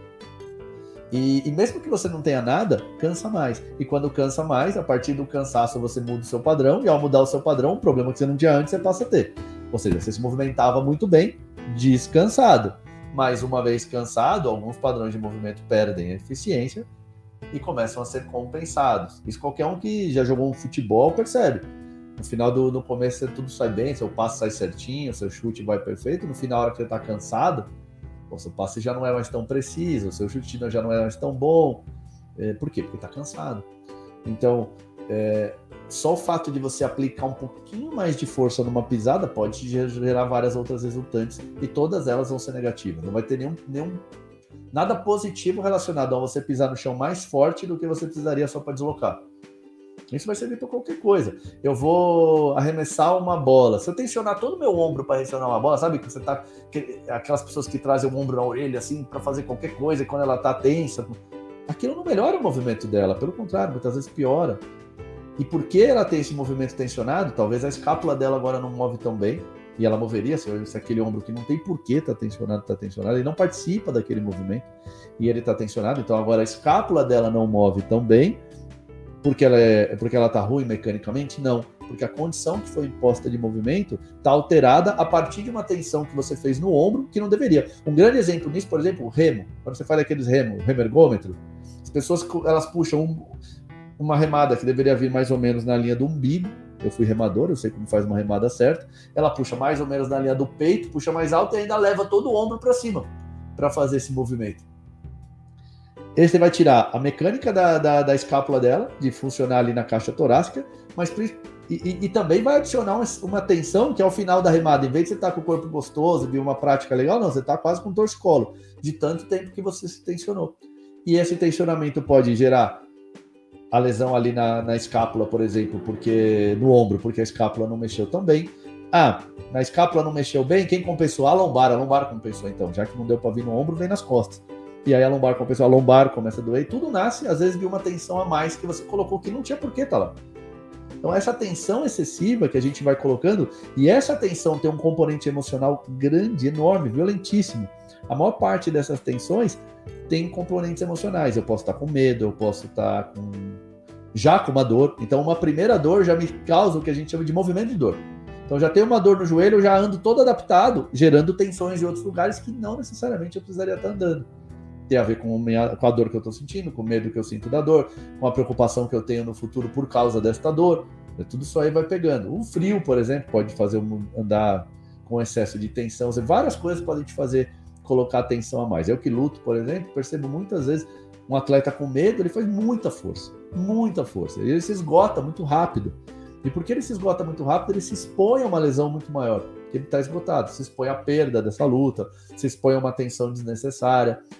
S1: E mesmo que você não tenha nada, cansa mais. E quando cansa mais, a partir do cansaço você muda o seu padrão, e ao mudar o seu padrão, o problema que você não tinha antes, você passa a ter. Ou seja, você se movimentava muito bem, descansado. Mas uma vez cansado, alguns padrões de movimento perdem a eficiência e começam a ser compensados. Isso qualquer um que já jogou um futebol percebe. No final no começo tudo sai bem, seu passe sai certinho, seu chute vai perfeito. No final, a hora que você está cansado, o seu passe já não é mais tão preciso, o seu chute já não é mais tão bom. Por quê? Porque está cansado. Então, só o fato de você aplicar um pouquinho mais de força numa pisada pode gerar várias outras resultantes e todas elas vão ser negativas. Não vai ter nada positivo relacionado a você pisar no chão mais forte do que você precisaria só para deslocar. Isso vai servir para qualquer coisa. Eu vou arremessar uma bola. Se eu tensionar todo o meu ombro para arremessar uma bola, sabe que você tá aquelas pessoas que trazem o ombro na orelha assim para fazer qualquer coisa e quando ela tá tensa, aquilo não melhora o movimento dela, pelo contrário, muitas vezes piora. E porque ela tem esse movimento tensionado, talvez a escápula dela agora não move tão bem, e ela moveria se aquele ombro que não tem porquê tá tensionado, ele não participa daquele movimento e ele tá tensionado, então agora a escápula dela não move tão bem. Porque ela está ruim mecanicamente? Não. Porque a condição que foi imposta de movimento está alterada a partir de uma tensão que você fez no ombro que não deveria. Um grande exemplo nisso, por exemplo, o remo. Quando você faz aqueles remo ergômetro, as pessoas elas puxam uma remada que deveria vir mais ou menos na linha do umbigo. Eu fui remador, eu sei como faz uma remada certa. Ela puxa mais ou menos na linha do peito, puxa mais alto e ainda leva todo o ombro para cima para fazer esse movimento. Você vai tirar a mecânica da escápula dela, de funcionar ali na caixa torácica, mas e também vai adicionar uma tensão que ao final da remada, em vez de você estar com o corpo gostoso, de uma prática legal, não, você está quase com torcicolo, de tanto tempo que você se tensionou. E esse tensionamento pode gerar a lesão ali na escápula, por exemplo, no ombro, porque a escápula não mexeu tão bem. Na escápula não mexeu bem, quem compensou? A lombar compensou, então, já que não deu para vir no ombro, vem nas costas. E aí a lombar compensou, a lombar começa a doer, e tudo nasce, às vezes, de uma tensão a mais que você colocou que não tinha por que estar lá. Então, essa tensão excessiva que a gente vai colocando, e essa tensão tem um componente emocional grande, enorme, violentíssimo. A maior parte dessas tensões tem componentes emocionais. Eu posso estar com medo, eu posso estar já com uma dor. Então, uma primeira dor já me causa o que a gente chama de movimento de dor. Então, já tenho uma dor no joelho, eu já ando todo adaptado, gerando tensões em outros lugares que não necessariamente eu precisaria estar andando. Tem a ver com a dor que eu estou sentindo, com o medo que eu sinto da dor, com a preocupação que eu tenho no futuro por causa desta dor. Tudo isso aí vai pegando. O frio, por exemplo, pode fazer andar com excesso de tensão. Várias coisas podem te fazer colocar tensão a mais. Eu que luto, por exemplo, percebo muitas vezes um atleta com medo, ele faz muita força. E ele se esgota muito rápido. E porque ele se esgota muito rápido, ele se expõe a uma lesão muito maior. Porque ele está esgotado, se expõe à perda dessa luta, se expõe a uma tensão desnecessária.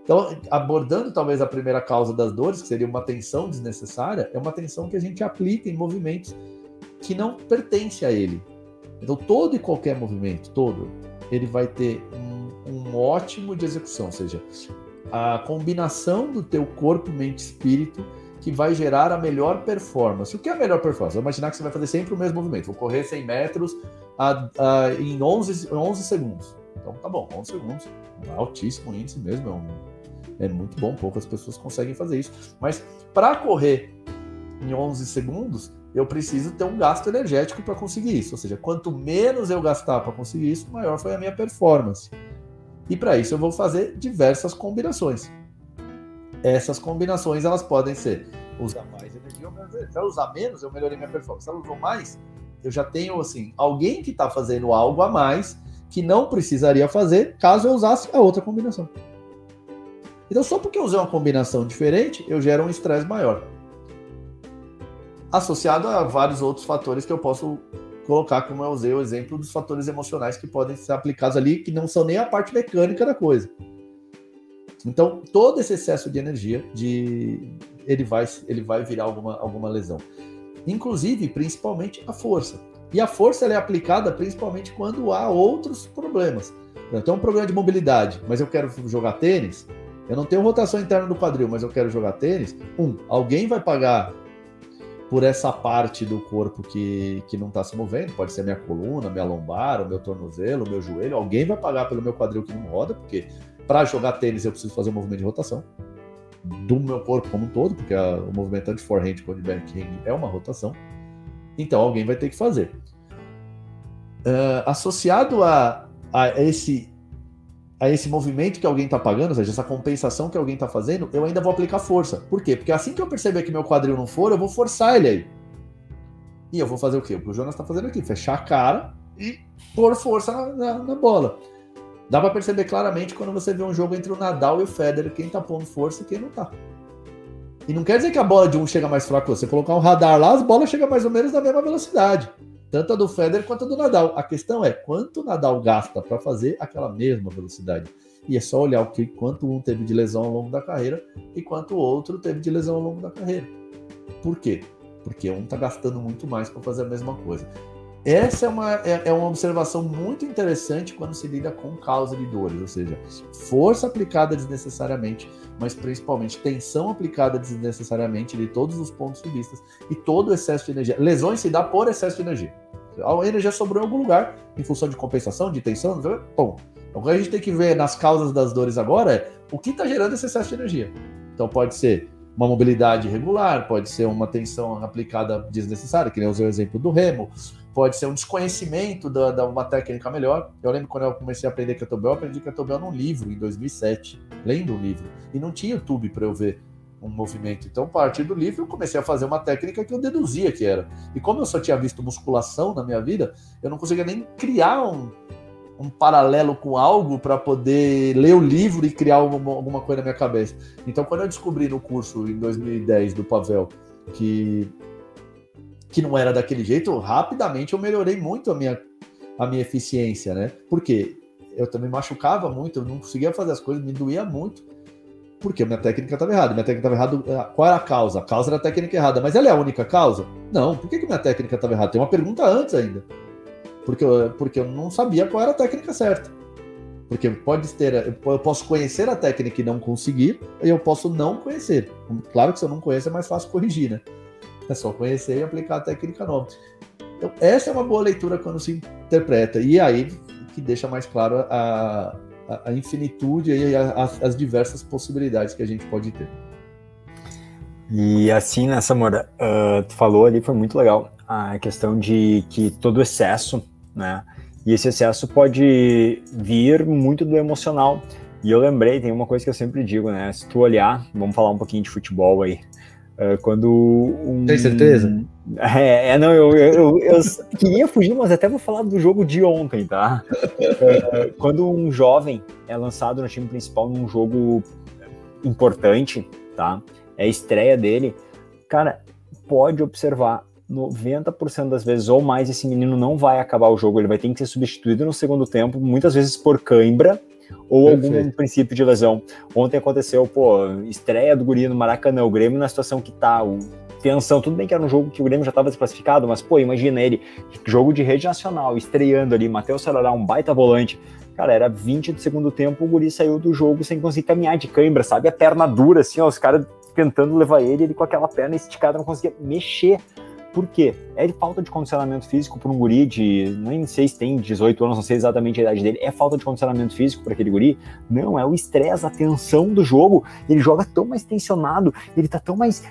S1: Então, abordando talvez a primeira causa das dores, que seria uma tensão desnecessária, é uma tensão que a gente aplica em movimentos que não pertencem a ele. Então, todo e qualquer movimento, ele vai ter um ótimo de execução, ou seja, a combinação do teu corpo, mente e espírito que vai gerar a melhor performance. O que é a melhor performance? Vou imaginar que você vai fazer sempre o mesmo movimento. Vou correr 100 metros em 11 segundos. Então, tá bom, 11 segundos. Um altíssimo índice mesmo, é muito bom, poucas pessoas conseguem fazer isso. Mas para correr em 11 segundos, eu preciso ter um gasto energético para conseguir isso. Ou seja, quanto menos eu gastar para conseguir isso, maior foi a minha performance. E para isso eu vou fazer diversas combinações. Essas combinações, elas podem ser usar mais energia ou menos energia. Se eu usar menos, eu melhorei minha performance. Se eu usar mais, eu já tenho, assim, alguém que está fazendo algo a mais que não precisaria fazer caso eu usasse a outra combinação. Então, só porque eu usei uma combinação diferente, eu gero um estresse maior. Associado a vários outros fatores que eu posso colocar, como eu usei o exemplo dos fatores emocionais que podem ser aplicados ali, que não são nem a parte mecânica da coisa. Então, todo esse excesso de energia, ele vai virar alguma lesão. Inclusive, principalmente, a força. E a força ela é aplicada principalmente quando há outros problemas. Eu tenho um problema de mobilidade, mas eu quero jogar tênis. Eu não tenho rotação interna do quadril, mas eu quero jogar tênis. Alguém vai pagar por essa parte do corpo que não está se movendo. Pode ser a minha coluna, minha lombar, o meu tornozelo, o meu joelho. Alguém vai pagar pelo meu quadril que não roda, porque para jogar tênis eu preciso fazer um movimento de rotação do meu corpo como um todo, porque o movimento tanto de forehand quanto de backhand é uma rotação. Então alguém vai ter que fazer. Associado a esse movimento que alguém está pagando, ou seja, essa compensação que alguém está fazendo, eu ainda vou aplicar força. Por quê? Porque assim que eu perceber que meu quadril não for, eu vou forçar ele aí. E eu vou fazer o quê? O que o Jonas está fazendo aqui, fechar a cara e pôr força na bola. Dá para perceber claramente quando você vê um jogo entre o Nadal e o Federer, quem tá pondo força e quem não tá. E não quer dizer que a bola de um chega mais fraca. Você colocar um radar lá, as bolas chegam mais ou menos na mesma velocidade. Tanto a do Federer quanto a do Nadal. A questão é quanto o Nadal gasta para fazer aquela mesma velocidade. E é só olhar quanto um teve de lesão ao longo da carreira e quanto o outro teve de lesão ao longo da carreira. Por quê? Porque um está gastando muito mais para fazer a mesma coisa. Essa é uma observação muito interessante quando se lida com causa de dores, ou seja, força aplicada desnecessariamente, mas principalmente tensão aplicada desnecessariamente de todos os pontos de vista e todo o excesso de energia. Lesões se dá por excesso de energia. A energia sobrou em algum lugar, em função de compensação, de tensão, bom. O que a gente tem que ver nas causas das dores agora é o que está gerando esse excesso de energia. Então pode ser uma mobilidade irregular, pode ser uma tensão aplicada desnecessária, que nem eu usei o exemplo do remo, pode ser um desconhecimento de uma técnica melhor. Eu lembro quando eu comecei a aprender kettlebell, eu aprendi kettlebell num livro, em 2007, lendo um livro, e não tinha YouTube para eu ver um movimento. Então, a partir do livro, eu comecei a fazer uma técnica que eu deduzia que era. E como eu só tinha visto musculação na minha vida, eu não conseguia nem criar um paralelo com algo para poder ler o livro e criar alguma coisa na minha cabeça. Então, quando eu descobri no curso, em 2010, do Pavel, que não era daquele jeito, rapidamente eu melhorei muito a minha eficiência, né? Porque eu também machucava muito, eu não conseguia fazer as coisas, me doía muito, porque a minha técnica estava errada. Minha técnica estava errada. Qual era a causa? A causa era a técnica errada. Mas ela é a única causa? Não. Por que minha técnica estava errada? Tem uma pergunta antes ainda. Porque eu não sabia qual era a técnica certa. Porque eu posso conhecer a técnica e não conseguir, e eu posso não conhecer. Claro que se eu não conheço é mais fácil corrigir, né? É só conhecer e aplicar a técnica nova. Então, essa é uma boa leitura quando se interpreta. E aí que deixa mais claro a infinitude e as diversas possibilidades que a gente pode ter.
S2: E assim, né, Samora, tu falou ali, foi muito legal, a questão de que todo excesso, né, e esse excesso pode vir muito do emocional. E eu lembrei, tem uma coisa que eu sempre digo, né, se tu olhar, vamos falar um pouquinho de futebol aí, quando
S1: Tem certeza?
S2: Não, eu queria fugir, mas até vou falar do jogo de ontem, tá? Quando um jovem é lançado no time principal num jogo importante, tá? É a estreia dele, cara, pode observar, 90% das vezes ou mais esse menino não vai acabar o jogo, ele vai ter que ser substituído no segundo tempo, muitas vezes por cãibra, ou algum princípio de lesão. Ontem aconteceu, estreia do guri no Maracanã, o Grêmio na situação que tá, tensão, tudo bem que era um jogo que o Grêmio já estava desclassificado, mas, imagina ele, jogo de rede nacional, estreando ali, Matheus Sarará, um baita volante, cara, era 20 do segundo tempo, o guri saiu do jogo sem conseguir caminhar de cãibra, sabe, a perna dura, assim, os caras tentando levar ele com aquela perna esticada, não conseguia mexer. Por quê? É falta de condicionamento físico para um guri de, nem sei se tem 18 anos, não sei exatamente a idade dele, é falta de condicionamento físico para aquele guri? Não, é o estresse, a tensão do jogo, ele joga tão mais tensionado, ele tá tão mais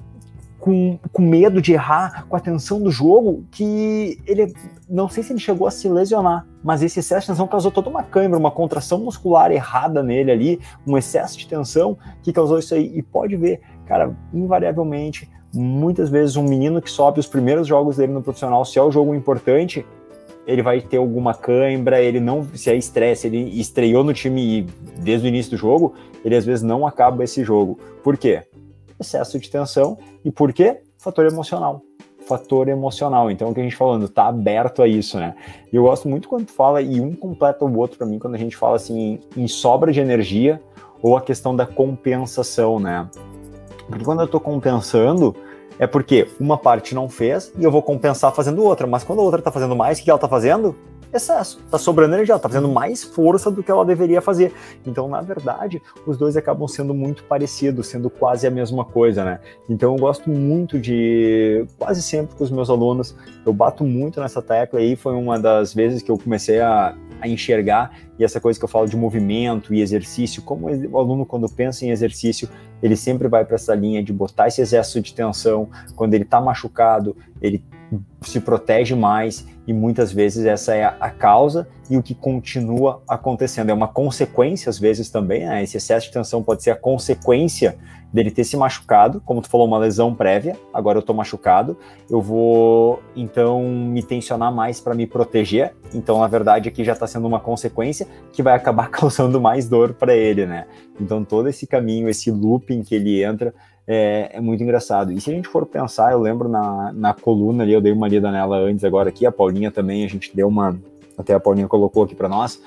S2: com medo de errar, com a tensão do jogo, que ele, não sei se ele chegou a se lesionar, mas esse excesso de tensão causou toda uma cãibra, uma contração muscular errada nele ali, um excesso de tensão que causou isso aí, e pode ver, cara, invariavelmente, muitas vezes um menino que sobe os primeiros jogos dele no profissional, se é o jogo importante, ele vai ter alguma cãibra, ele não, se é estresse, ele estreou no time desde o início do jogo, ele às vezes não acaba esse jogo. Por quê? Excesso de tensão. E por quê? Fator emocional. Fator emocional. Então, o que a gente falando, tá aberto a isso, né? E eu gosto muito quando tu fala, e um completa o outro para mim, quando a gente fala assim, em sobra de energia ou a questão da compensação, né? Porque quando eu tô compensando, é porque uma parte não fez e eu vou compensar fazendo outra. Mas quando a outra tá fazendo mais, o que ela tá fazendo? Excesso. Tá sobrando energia, ela tá fazendo mais força do que ela deveria fazer. Então, na verdade, os dois acabam sendo muito parecidos, sendo quase a mesma coisa, né? Então, eu gosto muito de, quase sempre com os meus alunos, eu bato muito nessa tecla, e aí foi uma das vezes que eu comecei a enxergar, e essa coisa que eu falo de movimento e exercício, como o aluno, quando pensa em exercício, ele sempre vai para essa linha de botar esse excesso de tensão. Quando ele está machucado, ele se protege mais, e muitas vezes essa é a causa e o que continua acontecendo. É uma consequência, às vezes, também, né? Esse excesso de tensão pode ser a consequência dele ter se machucado, como tu falou, uma lesão prévia, agora eu tô machucado, eu vou, então, me tensionar mais para me proteger, então, na verdade, aqui já está sendo uma consequência que vai acabar causando mais dor para ele, né? Então, todo esse caminho, esse looping que ele entra, é muito engraçado. E se a gente for pensar, eu lembro na coluna ali, eu dei uma lida nela antes, agora aqui, a Paulinha também, a gente deu uma, até a Paulinha colocou aqui para nós,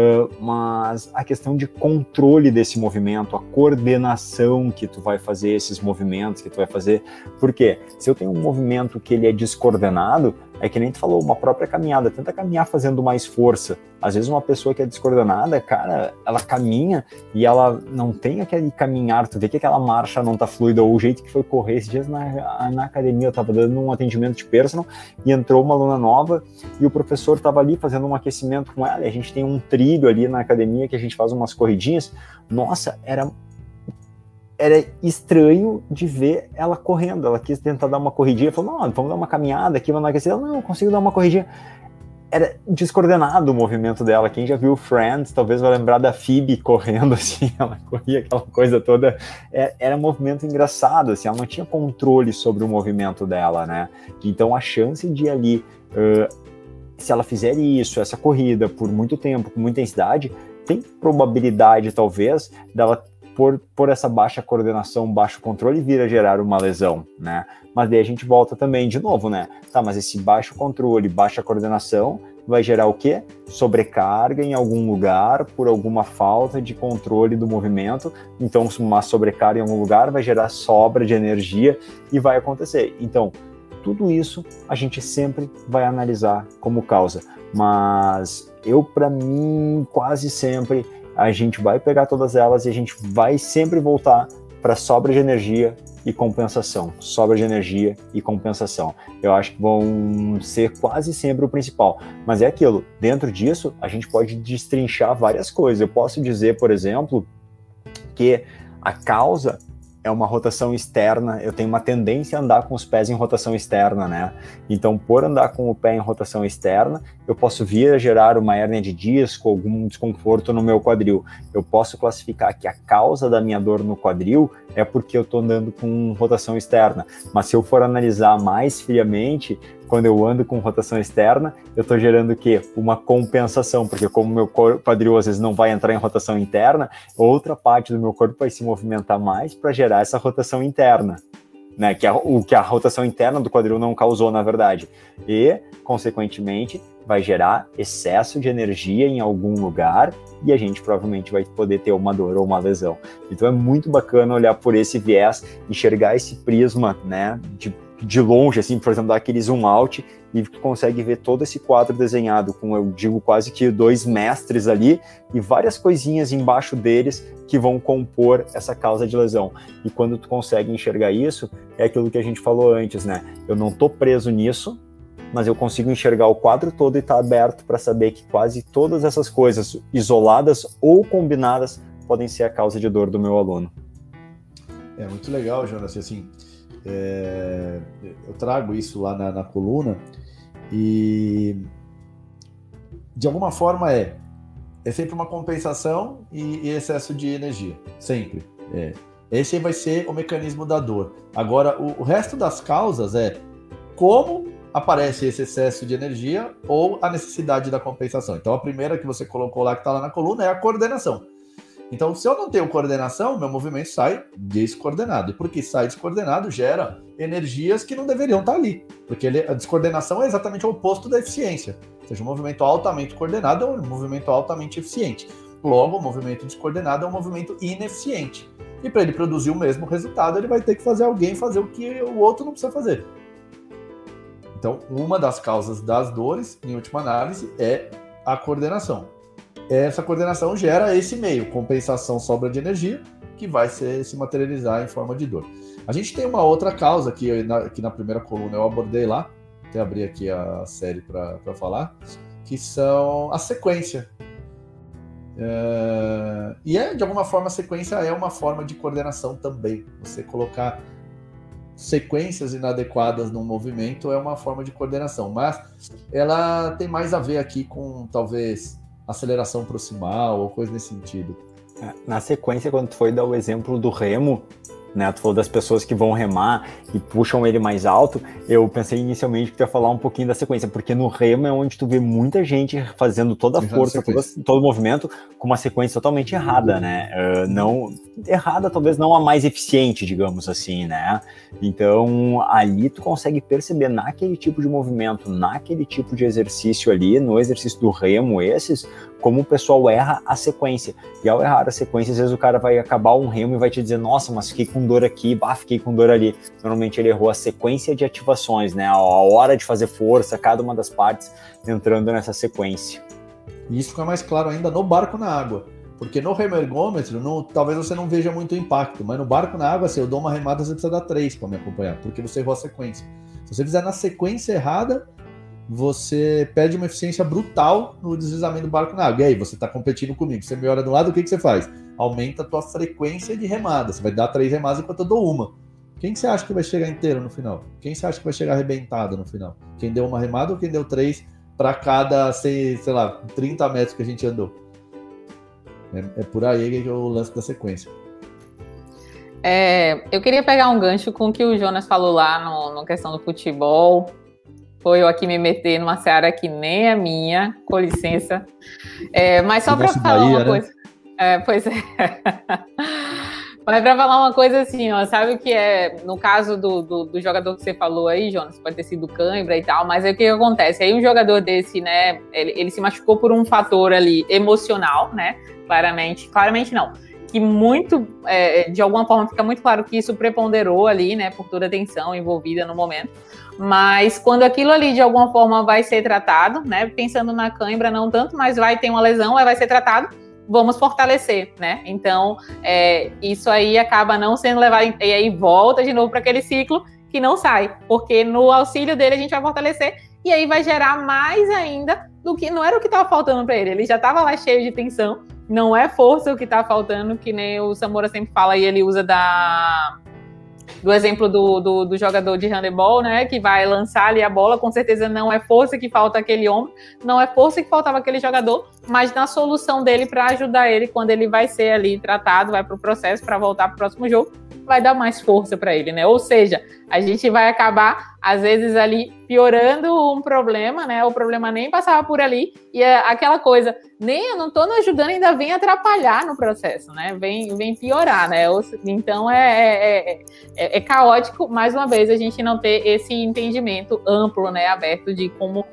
S2: mas a questão de controle desse movimento, a coordenação que tu vai fazer, esses movimentos que tu vai fazer, porque se eu tenho um movimento que ele é descoordenado, é que nem tu falou, uma própria caminhada, tenta caminhar fazendo mais força. Às vezes uma pessoa que é descoordenada, cara, ela caminha e ela não tem aquele caminhar, tu vê que aquela marcha não tá fluida, ou o jeito que foi correr. Esses dias na academia eu tava dando um atendimento de personal e entrou uma aluna nova e o professor tava ali fazendo um aquecimento com ela, e a gente tem um trilho ali na academia que a gente faz umas corridinhas. Nossa, era estranho de ver ela correndo. Ela quis tentar dar uma corridinha, falou, não, vamos dar uma caminhada aqui, vamos aquecer. Ela, não, eu consigo dar uma corridinha. Era descoordenado o movimento dela. Quem já viu Friends talvez vai lembrar da Phoebe correndo, assim, ela corria aquela coisa toda. Era um movimento engraçado, assim, ela não tinha controle sobre o movimento dela, né? Então a chance de ali, se ela fizer isso, essa corrida por muito tempo, com muita intensidade, tem probabilidade talvez dela por essa baixa coordenação, baixo controle, vir a gerar uma lesão, né? Mas daí a gente volta também de novo, né? Tá, mas esse baixo controle, baixa coordenação vai gerar o quê? Sobrecarga em algum lugar por alguma falta de controle do movimento. Então, uma sobrecarga em algum lugar vai gerar sobra de energia e vai acontecer. Então, tudo isso a gente sempre vai analisar como causa. Mas para mim, quase sempre, a gente vai pegar todas elas e a gente vai sempre voltar para sobra de energia e compensação. Sobra de energia e compensação. Eu acho que vão ser quase sempre o principal. Mas é aquilo, dentro disso, a gente pode destrinchar várias coisas. Eu posso dizer, por exemplo, que a causa é uma rotação externa, eu tenho uma tendência a andar com os pés em rotação externa, né? Então, por andar com o pé em rotação externa, eu posso vir a gerar uma hérnia de disco, algum desconforto no meu quadril. Eu posso classificar que a causa da minha dor no quadril é porque eu estou andando com rotação externa. Mas se eu for analisar mais friamente, quando eu ando com rotação externa, eu estou gerando o quê? Uma compensação, porque como meu quadril às vezes não vai entrar em rotação interna, outra parte do meu corpo vai se movimentar mais para gerar essa rotação interna, né? O que a rotação interna do quadril não causou, na verdade. E, consequentemente, vai gerar excesso de energia em algum lugar e a gente provavelmente vai poder ter uma dor ou uma lesão. Então é muito bacana olhar por esse viés, enxergar esse prisma, né, de longe, assim, por exemplo, dar aquele zoom out e tu consegue ver todo esse quadro desenhado com, eu digo, quase que 2 mestres ali e várias coisinhas embaixo deles que vão compor essa causa de lesão. E quando tu consegue enxergar isso, é aquilo que a gente falou antes, né? Eu não tô preso nisso, mas eu consigo enxergar o quadro todo e tá aberto para saber que quase todas essas coisas, isoladas ou combinadas, podem ser a causa de dor do meu aluno.
S1: É muito legal, Jonas, assim, eu trago isso lá na coluna e de alguma forma é sempre uma compensação e excesso de energia, sempre. Esse vai ser o mecanismo da dor. Agora, o resto das causas é como aparece esse excesso de energia ou a necessidade da compensação. Então, a primeira que você colocou lá, que está lá na coluna, é a coordenação. Então, se eu não tenho coordenação, meu movimento sai descoordenado. E porque sai descoordenado, gera energias que não deveriam estar ali. Porque a descoordenação é exatamente o oposto da eficiência. Ou seja, um movimento altamente coordenado é um movimento altamente eficiente. Logo, o movimento descoordenado é um movimento ineficiente. E para ele produzir o mesmo resultado, ele vai ter que fazer alguém fazer o que o outro não precisa fazer. Então, uma das causas das dores, em última análise, é a coordenação. Essa coordenação gera esse meio, compensação, sobra de energia, que vai se materializar em forma de dor. A gente tem uma outra causa que na primeira coluna eu abordei lá, até abri aqui a série para falar, que são a sequência. De alguma forma, a sequência é uma forma de coordenação também. Você colocar sequências inadequadas num movimento é uma forma de coordenação, mas ela tem mais a ver aqui com, talvez, aceleração proximal ou coisa nesse sentido.
S2: Na sequência, quando tu foi dar o exemplo do remo, né, tu falou das pessoas que vão remar e puxam ele mais alto, eu pensei inicialmente que tu ia falar um pouquinho da sequência, porque no remo é onde tu vê muita gente fazendo toda a força, todo o movimento com uma sequência totalmente errada, né? Não errada, talvez não a mais eficiente, digamos assim, né? Então, ali tu consegue perceber naquele tipo de movimento, naquele tipo de exercício ali, no exercício do remo, como o pessoal erra a sequência. E ao errar a sequência, às vezes o cara vai acabar um remo e vai te dizer, nossa, mas fiquei com dor aqui, fiquei com dor ali. Normalmente ele errou a sequência de ativações, né? A hora de fazer força, cada uma das partes entrando nessa sequência.
S1: E isso fica mais claro ainda no barco na água. Porque no remo ergômetro, talvez você não veja muito impacto, mas no barco na água, se eu dou uma remada, você precisa dar 3 para me acompanhar, porque você errou a sequência. Se você fizer na sequência errada, você perde uma eficiência brutal no deslizamento do barco na água. E aí, você está competindo comigo, você me olha do lado, o que você faz? Aumenta a tua frequência de remada. Você vai dar 3 remadas enquanto eu dou uma. Quem que você acha que vai chegar inteiro no final? Quem você acha que vai chegar arrebentado no final? Quem deu uma remada ou quem deu 3 para cada, sei lá, 30 metros que a gente andou? É por aí que é o lance da sequência.
S3: Eu queria pegar um gancho com o que o Jonas falou lá no questão do futebol. Foi eu aqui me meter numa seara que nem a minha, com licença. Mas só para falar uma coisa. Pois é. Mas para falar uma coisa assim, ó, sabe o que é, no caso do jogador que você falou aí, Jonas, pode ter sido cãibra e tal, mas aí o que acontece? Aí um jogador desse, né, ele se machucou por um fator ali emocional, né, claramente não, que muito, de alguma forma fica muito claro que isso preponderou ali, né, por toda a tensão envolvida no momento, mas quando aquilo ali de alguma forma vai ser tratado, né, pensando na cãibra não tanto, mas vai ter uma lesão, vai ser tratado, vamos fortalecer, né? Então, isso aí acaba não sendo levado, e aí volta de novo para aquele ciclo que não sai, porque no auxílio dele a gente vai fortalecer, e aí vai gerar mais ainda do que, não era o que estava faltando para ele já estava lá cheio de tensão, não é força o que está faltando, que nem o Samora sempre fala, e ele usa do exemplo do jogador de handebol, né, que vai lançar ali a bola, com certeza não é força que falta aquele homem, não é força que faltava aquele jogador, mas na solução dele para ajudar ele, quando ele vai ser ali tratado, vai para o processo para voltar para o próximo jogo, vai dar mais força para ele, né? Ou seja, a gente vai acabar, às vezes, ali piorando um problema, né? O problema nem passava por ali, e aquela coisa, nem eu não estou ajudando, ainda vem atrapalhar no processo, né? Vem piorar, né? Então é caótico, mais uma vez, a gente não ter esse entendimento amplo, né? Aberto de como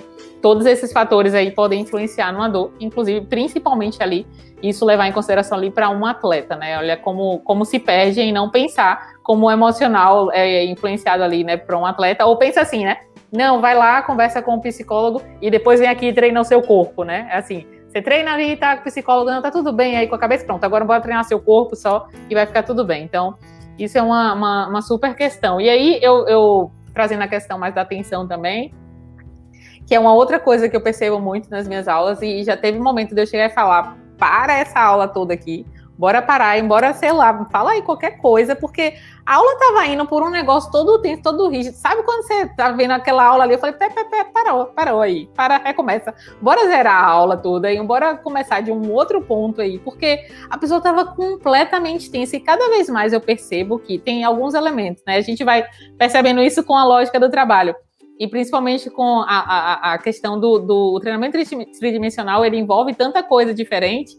S3: todos esses fatores aí podem influenciar numa dor, inclusive, principalmente ali, isso levar em consideração ali para um atleta, né? Olha como se perde em não pensar como o emocional é influenciado ali, né, para um atleta, ou pensa assim, né? Não, vai lá, conversa com o psicólogo e depois vem aqui e treina o seu corpo, né? É assim, você treina ali, tá com o psicólogo, não, tá tudo bem aí com a cabeça, pronto, agora bora treinar seu corpo só e vai ficar tudo bem. Então, isso é uma super questão. E aí, eu trazendo a questão mais da atenção também, que é uma outra coisa que eu percebo muito nas minhas aulas, e já teve um momento de eu chegar e falar, para essa aula toda aqui, bora parar, embora, sei lá, fala aí qualquer coisa, porque a aula tava indo por um negócio todo tenso, todo rígido. Sabe quando você tá vendo aquela aula ali, eu falei, parou aí, recomeça. Bora zerar a aula toda aí, bora começar de um outro ponto aí, porque a pessoa tava completamente tensa, e cada vez mais eu percebo que tem alguns elementos, né? A gente vai percebendo isso com a lógica do trabalho. E principalmente com a questão do treinamento tridimensional, ele envolve tanta coisa diferente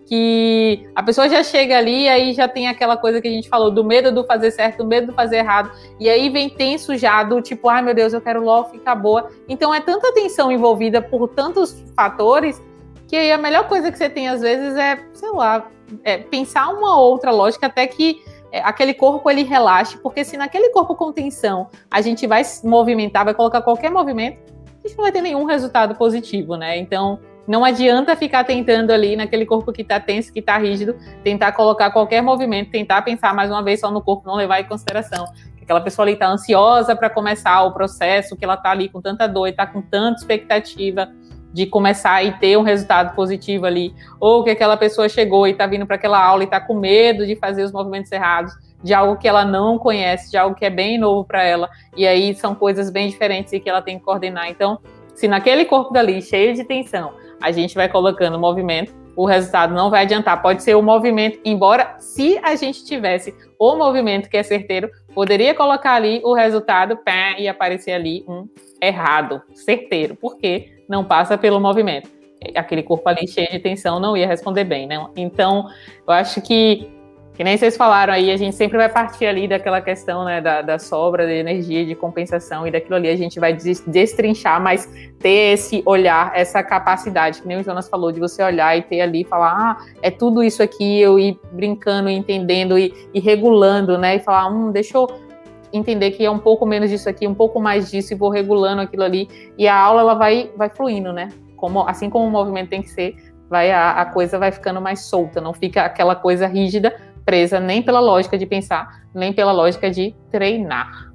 S3: que a pessoa já chega ali e aí já tem aquela coisa que a gente falou, do medo do fazer certo, do medo do fazer errado, e aí vem tenso já, do tipo, ai meu Deus, eu quero logo ficar boa. Então é tanta tensão envolvida por tantos fatores que aí a melhor coisa que você tem às vezes é, sei lá, pensar uma outra lógica até que aquele corpo ele relaxe, porque se naquele corpo com tensão a gente vai se movimentar, vai colocar qualquer movimento, a gente não vai ter nenhum resultado positivo, né? Então, não adianta ficar tentando ali naquele corpo que tá tenso, que tá rígido, tentar colocar qualquer movimento, tentar pensar mais uma vez só no corpo, não levar em consideração que aquela pessoa ali tá ansiosa para começar o processo, que ela tá ali com tanta dor e tá com tanta expectativa de começar e ter um resultado positivo ali, ou que aquela pessoa chegou e está vindo para aquela aula e está com medo de fazer os movimentos errados, de algo que ela não conhece, de algo que é bem novo para ela, e aí são coisas bem diferentes e que ela tem que coordenar. Então, se naquele corpo dali, cheio de tensão, a gente vai colocando movimento, o resultado não vai adiantar. Pode ser o movimento, embora se a gente tivesse o movimento que é certeiro, poderia colocar ali o resultado e aparecer ali um errado, certeiro, porque não passa pelo movimento. Aquele corpo ali cheio de tensão não ia responder bem, né? Então, eu acho que nem vocês falaram aí, a gente sempre vai partir ali daquela questão, né, da sobra de energia, de compensação, e daquilo ali a gente vai destrinchar, mas ter esse olhar, essa capacidade, que nem o Jonas falou, de você olhar e ter ali e falar, é tudo isso aqui, eu ir brincando, entendendo e regulando, né, e falar, deixa eu entender que é um pouco menos disso aqui, um pouco mais disso, e vou regulando aquilo ali, e a aula ela vai fluindo, né, assim como o movimento tem que ser, a coisa vai ficando mais solta, não fica aquela coisa rígida, presa nem pela lógica de pensar, nem pela lógica de treinar.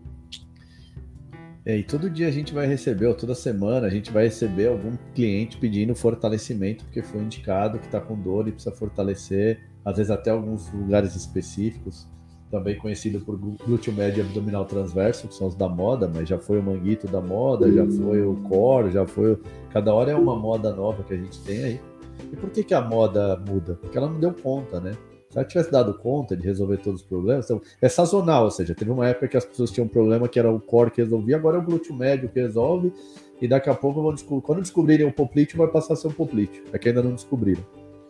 S1: E todo dia a gente vai receber, ou toda semana a gente vai receber algum cliente pedindo fortalecimento, porque foi indicado que está com dor e precisa fortalecer, às vezes até alguns lugares específicos, também conhecido por glúteo médio e abdominal transverso, que são os da moda, mas já foi o manguito da moda, já foi o core, já foi cada hora é uma moda nova que a gente tem aí. E por que a moda muda? Porque ela não deu conta, né? Se ela tivesse dado conta de resolver todos os problemas, então, é sazonal, ou seja, teve uma época que as pessoas tinham um problema que era o core que resolvia, agora é o glúteo médio que resolve, e daqui a pouco quando descobrirem o poplíteo, vai passar a ser um poplíteo, é que ainda não descobriram.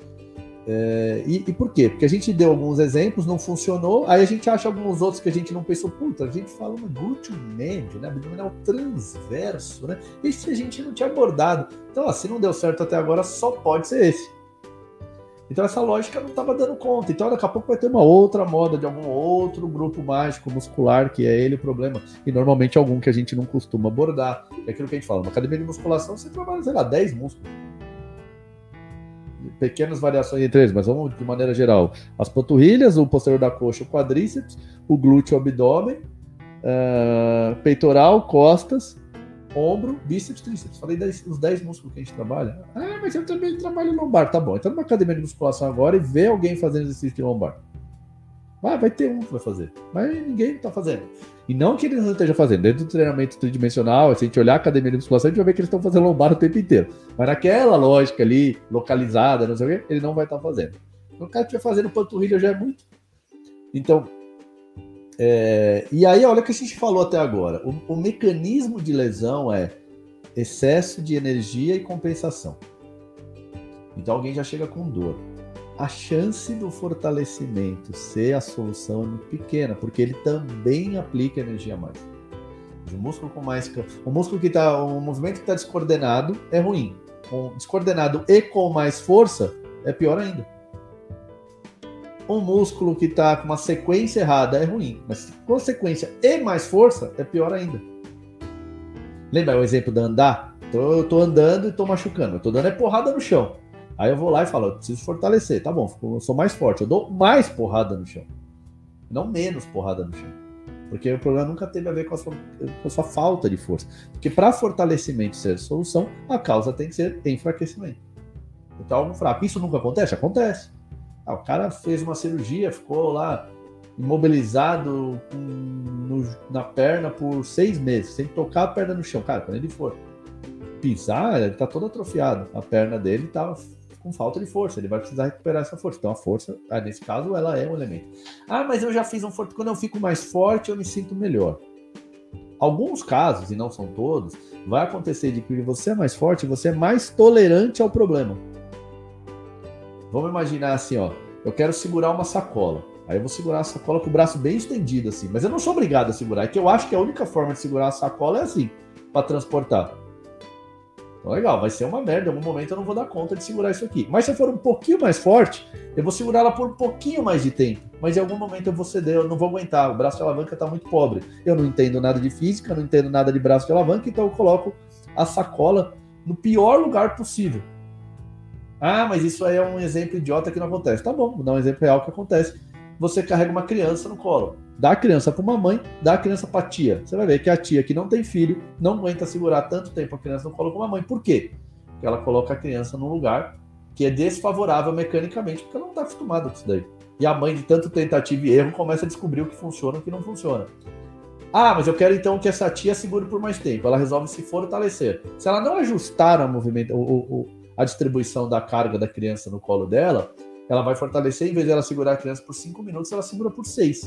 S1: E por quê? Porque a gente deu alguns exemplos, não funcionou, aí a gente acha alguns outros que a gente não pensou, puta, a gente fala no glúteo médio, né, abdominal transverso, né, esse a gente não tinha abordado. Então, se não deu certo até agora, só pode ser esse. Então essa lógica não estava dando conta. Então daqui a pouco vai ter uma outra moda de algum outro grupo mágico muscular, que é ele o problema. E normalmente algum que a gente não costuma abordar. É aquilo que a gente fala, uma academia de musculação você trabalha, sei lá, 10 músculos. Pequenas variações entre eles, mas vamos de maneira geral. As panturrilhas, o posterior da coxa, o quadríceps, o glúteo, o abdômen, peitoral, costas, ombro, bíceps, tríceps. Falei os 10 músculos que a gente trabalha. Mas eu também trabalho lombar. Tá bom, então numa academia de musculação agora e vê alguém fazendo exercício de lombar. Vai ter um que vai fazer. Mas ninguém tá fazendo. E não que eles não estejam fazendo. Dentro do treinamento tridimensional, se a gente olhar a academia de musculação, a gente vai ver que eles estão fazendo lombar o tempo inteiro. Mas naquela lógica ali, localizada, não sei o quê, ele não vai estar fazendo. Então o cara estiver fazendo panturrilha já é muito. Então, e aí, olha o que a gente falou até agora. O mecanismo de lesão é excesso de energia e compensação. Então alguém já chega com dor. A chance do fortalecimento ser a solução é muito pequena, porque ele também aplica energia a mais. hoje. O músculo que tá, o movimento que está descoordenado é ruim. Descoordenado e com mais força é pior ainda. Um músculo que está com uma sequência errada é ruim, mas com sequência e mais força é pior ainda. Lembra o exemplo de andar? Então, eu tô andando e tô machucando. Eu tô dando porrada no chão. Aí eu vou lá e falo, eu preciso fortalecer. Tá bom, eu sou mais forte. Eu dou mais porrada no chão. Não menos porrada no chão. Porque o problema nunca teve a ver com a sua falta de força. Porque para fortalecimento ser solução, a causa tem que ser enfraquecimento. Então, algo fraco. Isso nunca acontece? Acontece. O cara fez uma cirurgia, ficou lá imobilizado na perna por 6 meses, sem tocar a perna no chão. Cara, quando ele for pisar, ele tá todo atrofiado. A perna dele tá com falta de força, ele vai precisar recuperar essa força. Então a força, nesse caso, ela é um elemento. Mas eu já fiz um forte. Quando eu fico mais forte, eu me sinto melhor. Alguns casos, e não são todos, vai acontecer de que você é mais forte, você é mais tolerante ao problema. Vamos imaginar assim, ó, eu quero segurar uma sacola. Aí eu vou segurar a sacola com o braço bem estendido assim, mas eu não sou obrigado a segurar, é que eu acho que a única forma de segurar a sacola é assim, para transportar. Então legal, vai ser uma merda, em algum momento eu não vou dar conta de segurar isso aqui. Mas se eu for um pouquinho mais forte, eu vou segurar ela por um pouquinho mais de tempo, mas em algum momento eu vou ceder, eu não vou aguentar, o braço de alavanca tá muito pobre. Eu não entendo nada de física, não entendo nada de braço de alavanca, então eu coloco a sacola no pior lugar possível. Mas isso aí é um exemplo idiota que não acontece. Tá bom, vou dar um exemplo real que acontece. Você carrega uma criança no colo. Dá a criança para uma mãe, dá a criança para a tia. Você vai ver que a tia que não tem filho não aguenta segurar tanto tempo a criança no colo como a mãe. Por quê? Porque ela coloca a criança num lugar que é desfavorável mecanicamente, porque ela não está acostumada com isso daí. E a mãe, de tanto tentativa e erro, começa a descobrir o que funciona e o que não funciona. Mas eu quero então que essa tia segure por mais tempo. Ela resolve se fortalecer. Se ela não ajustar o movimento, a distribuição da carga da criança no colo dela, ela vai fortalecer, em vez de ela segurar a criança por 5 minutos, ela segura por 6.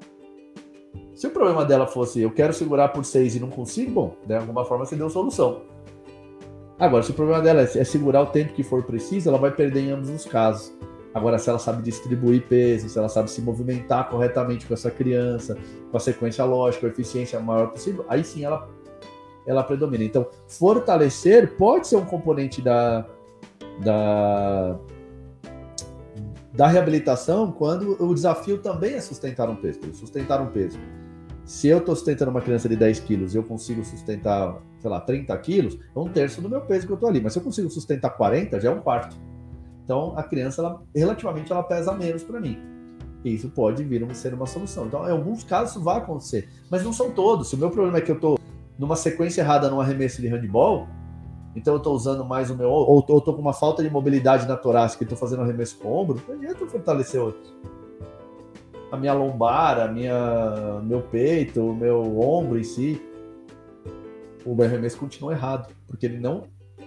S1: Se o problema dela fosse, eu quero segurar por 6 e não consigo, bom, de alguma forma você deu solução. Agora, se o problema dela é segurar o tempo que for preciso, ela vai perder em ambos os casos. Agora, se ela sabe distribuir peso, se ela sabe se movimentar corretamente com essa criança, com a sequência lógica, a eficiência maior possível, aí sim ela predomina. Então, fortalecer pode ser um componente da reabilitação quando o desafio também é sustentar um peso. Se eu estou sustentando uma criança de 10 quilos e eu consigo sustentar, sei lá, 30 quilos, é 1/3 do meu peso que eu estou ali. Mas se eu consigo sustentar 40, já é 1/4. Então, a criança, relativamente, ela pesa menos para mim. E isso pode vir a ser uma solução. Então, em alguns casos, isso vai acontecer. Mas não são todos. Se o meu problema é que eu estou numa sequência errada num arremesso de handball, então eu estou usando mais o meu... Ou estou com uma falta de mobilidade na torácica e estou fazendo arremesso com o ombro, não adianta eu fortalecer outro. A minha lombar, meu peito, o meu ombro em si, o meu arremesso continua errado. Porque ele não...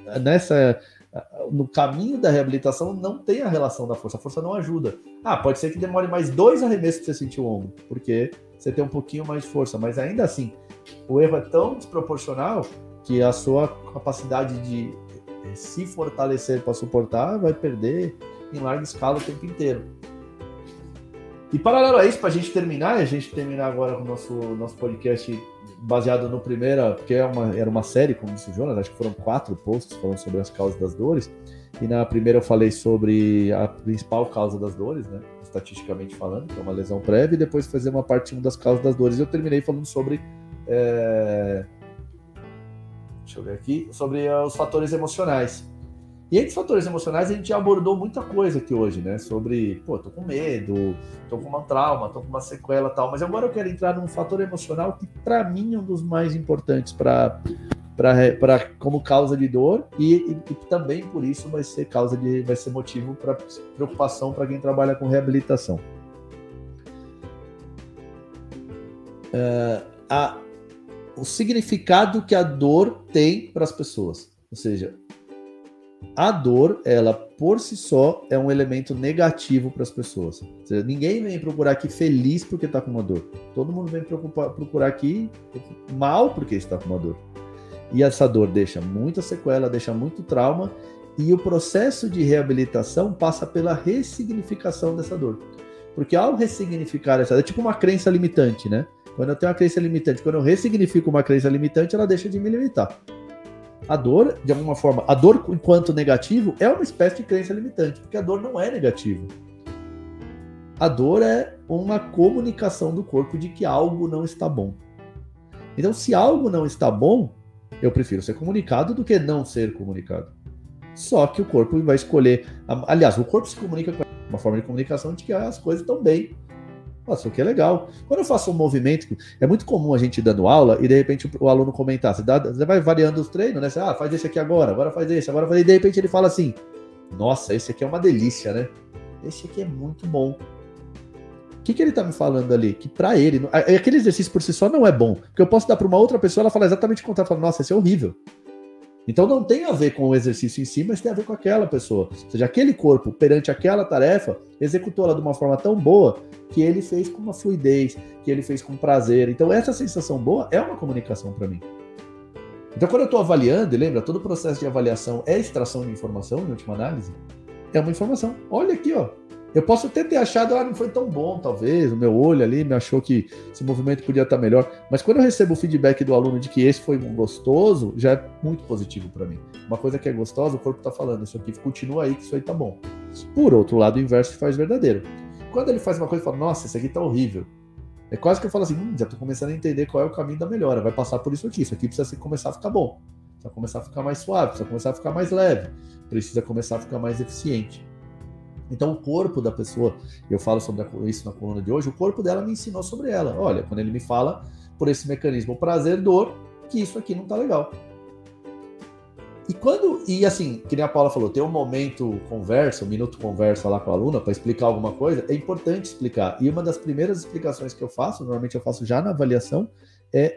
S1: No caminho da reabilitação não tem a relação da força. A força não ajuda. Pode ser que demore mais 2 arremessos para você sentir o ombro, porque você tem um pouquinho mais de força. Mas ainda assim, o erro é tão desproporcional que a sua capacidade de se fortalecer para suportar vai perder em larga escala o tempo inteiro. E paralelo a isso, para a gente terminar agora com o nosso podcast baseado no primeiro, porque era uma série, como disse o Jonas, acho que foram 4 posts falando sobre as causas das dores, e na primeira eu falei sobre a principal causa das dores, né, estatisticamente falando, que é uma lesão prévia, e depois fazer uma parte 1 das causas das dores, e eu terminei falando sobre... Deixa eu ver aqui, sobre os fatores emocionais. E entre os fatores emocionais a gente já abordou muita coisa aqui hoje, né? Sobre, tô com medo, tô com um trauma, tô com uma sequela e tal. Mas agora eu quero entrar num fator emocional que para mim é um dos mais importantes como causa de dor e também por isso vai ser motivo para preocupação para quem trabalha com reabilitação. O significado que a dor tem para as pessoas. Ou seja, a dor, ela por si só é um elemento negativo para as pessoas. Ou seja, ninguém vem procurar aqui feliz porque está com uma dor. Todo mundo vem procurar aqui mal porque está com uma dor. E essa dor deixa muita sequela, deixa muito trauma, e o processo de reabilitação passa pela ressignificação dessa dor. Porque ao ressignificar essa dor, é tipo uma crença limitante, né? Quando eu tenho uma crença limitante, quando eu ressignifico uma crença limitante, ela deixa de me limitar. A dor, de alguma forma, a dor enquanto negativo é uma espécie de crença limitante, porque a dor não é negativa. A dor é uma comunicação do corpo de que algo não está bom. Então, se algo não está bom, eu prefiro ser comunicado do que não ser comunicado. Só que o corpo vai escolher... Aliás, o corpo se comunica com uma forma de comunicação de que as coisas estão bem. Nossa, o que é legal. Quando eu faço um movimento, é muito comum a gente dando aula e de repente o aluno comentar. Você vai variando os treinos, né? Você, faz esse aqui agora faz esse, agora faz esse. E de repente ele fala assim, nossa, esse aqui é uma delícia, né? Esse aqui é muito bom. O que ele tá me falando ali? Que pra ele, aquele exercício por si só não é bom. Porque eu posso dar pra uma outra pessoa, ela fala exatamente o contrário, fala, nossa, esse é horrível. Então não tem a ver com o exercício em si, mas tem a ver com aquela pessoa. Ou seja, aquele corpo, perante aquela tarefa, executou ela de uma forma tão boa que ele fez com uma fluidez, que ele fez com prazer. Então essa sensação boa é uma comunicação para mim. Então quando eu estou avaliando, e lembra, todo o processo de avaliação é extração de informação, em última análise, é uma informação. Olha aqui, ó. Eu posso até ter achado, não foi tão bom, talvez, o meu olho ali me achou que esse movimento podia estar melhor. Mas quando eu recebo o feedback do aluno de que esse foi gostoso, já é muito positivo para mim. Uma coisa que é gostosa, o corpo está falando, isso aqui continua aí, que isso aí tá bom. Por outro lado, o inverso faz verdadeiro. Quando ele faz uma coisa e fala, nossa, isso aqui tá horrível. É quase que eu falo assim, já tô começando a entender qual é o caminho da melhora, vai passar por isso aqui precisa começar a ficar bom. Precisa começar a ficar mais suave, precisa começar a ficar mais leve, precisa começar a ficar mais eficiente. Então o corpo da pessoa, eu falo sobre isso na coluna de hoje, o corpo dela me ensinou sobre ela. Olha, quando ele me fala por esse mecanismo prazer, dor, que isso aqui não tá legal. E assim, que nem a Paula falou, tem um momento conversa, um minuto conversa lá com a aluna para explicar alguma coisa, é importante explicar. E uma das primeiras explicações que eu faço, normalmente eu faço já na avaliação, é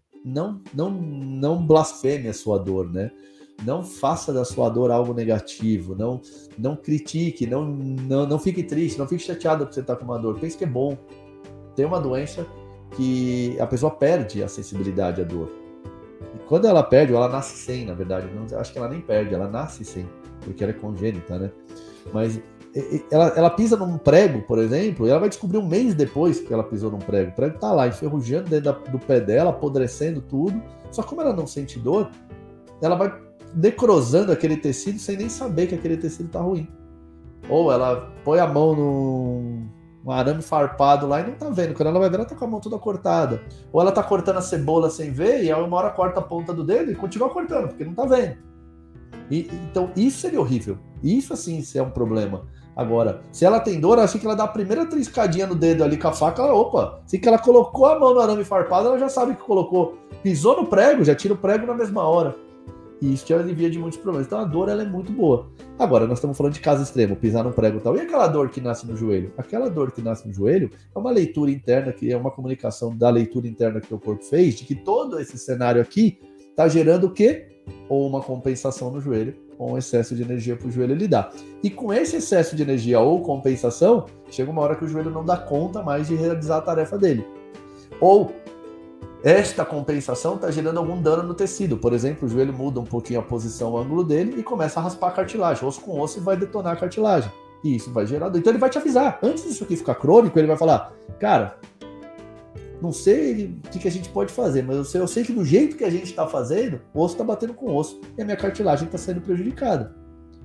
S1: não blasfeme a sua dor, né? Não faça da sua dor algo negativo, não critique, não fique triste, não fique chateado por você estar com uma dor. Pense que é bom. Tem uma doença que a pessoa perde a sensibilidade à dor. E quando ela perde, ou ela nasce sem, na verdade, não, acho que ela nem perde, ela nasce sem, porque ela é congênita, né? Mas ela pisa num prego, por exemplo, e ela vai descobrir um mês depois que ela pisou num prego. O prego tá lá, enferrujando dentro do pé dela, apodrecendo tudo. Só que como ela não sente dor, ela vai necrosando aquele tecido sem nem saber que aquele tecido tá ruim. Ou ela põe a mão num arame farpado lá e não tá vendo. Quando ela vai ver, ela tá com a mão toda cortada. Ou ela tá cortando a cebola sem ver e aí uma hora corta a ponta do dedo e continua cortando, porque não tá vendo. Então isso seria horrível. Isso assim é um problema. Agora, se ela tem dor, assim que ela dá a primeira triscadinha no dedo ali com a faca, assim que ela colocou a mão no arame farpado, ela já sabe que colocou. Pisou no prego, já tira o prego na mesma hora. E isso te alivia de muitos problemas. Então a dor ela é muito boa. Agora, nós estamos falando de caso extremo, pisar no prego e tal. E aquela dor que nasce no joelho? Aquela dor que nasce no joelho é uma leitura interna, que é uma comunicação da leitura interna que o corpo fez, de que todo esse cenário aqui está gerando o quê? Ou uma compensação no joelho, ou um excesso de energia para o joelho lidar. E com esse excesso de energia ou compensação, chega uma hora que o joelho não dá conta mais de realizar a tarefa dele. Ou esta compensação está gerando algum dano no tecido. Por exemplo, o joelho muda um pouquinho a posição, o ângulo dele e começa a raspar a cartilagem. Osso com osso e vai detonar a cartilagem. E isso vai gerar dor. Então ele vai te avisar. Antes disso aqui ficar crônico, ele vai falar, cara, não sei o que a gente pode fazer, mas eu sei que do jeito que a gente está fazendo, o osso está batendo com o osso e a minha cartilagem está sendo prejudicada.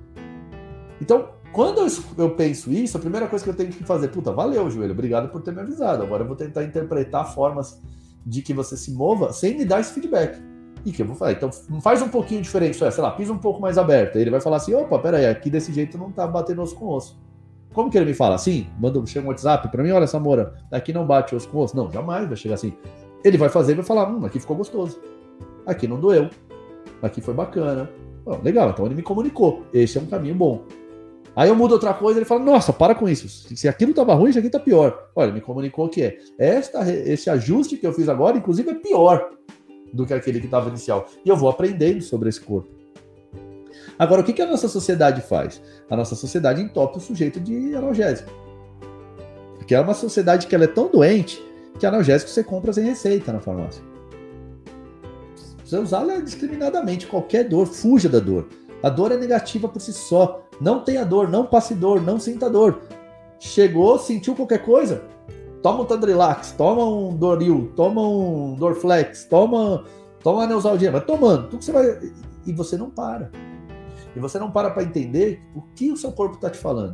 S1: Então, quando eu penso isso, a primeira coisa que eu tenho que fazer, valeu, joelho, obrigado por ter me avisado. Agora eu vou tentar interpretar formas de que você se mova sem me dar esse feedback. E que eu vou falar, então faz um pouquinho diferente, sei lá, pisa um pouco mais aberto. Aí ele vai falar assim, opa, peraí, aqui desse jeito não tá batendo osso com osso. Como que ele me fala? Assim, chega um WhatsApp pra mim, olha, Samora, aqui não bate osso com osso. Não, jamais vai chegar assim. Ele vai fazer e vai falar, aqui ficou gostoso. Aqui não doeu. Aqui foi bacana. Legal, então ele me comunicou. Esse é um caminho bom. Aí eu mudo outra coisa, ele fala, nossa, para com isso. Se aquilo estava ruim, isso aqui está pior. Olha, me comunicou que esse ajuste que eu fiz agora, inclusive, é pior do que aquele que estava inicial. E eu vou aprendendo sobre esse corpo. Agora, o que a nossa sociedade faz? A nossa sociedade entope o sujeito de analgésico. Porque é uma sociedade que ela é tão doente que analgésico você compra sem receita na farmácia. Você usá-la discriminadamente, qualquer dor, fuja da dor. A dor é negativa por si só. Não tenha dor, não passe dor, não sinta dor. Chegou, sentiu qualquer coisa? toma um Tandrilax, toma um Doril, toma um Dorflex, toma uma Neosaldina, vai tomando, tudo que você vai... E você não para. E você não para entender o que o seu corpo está te falando.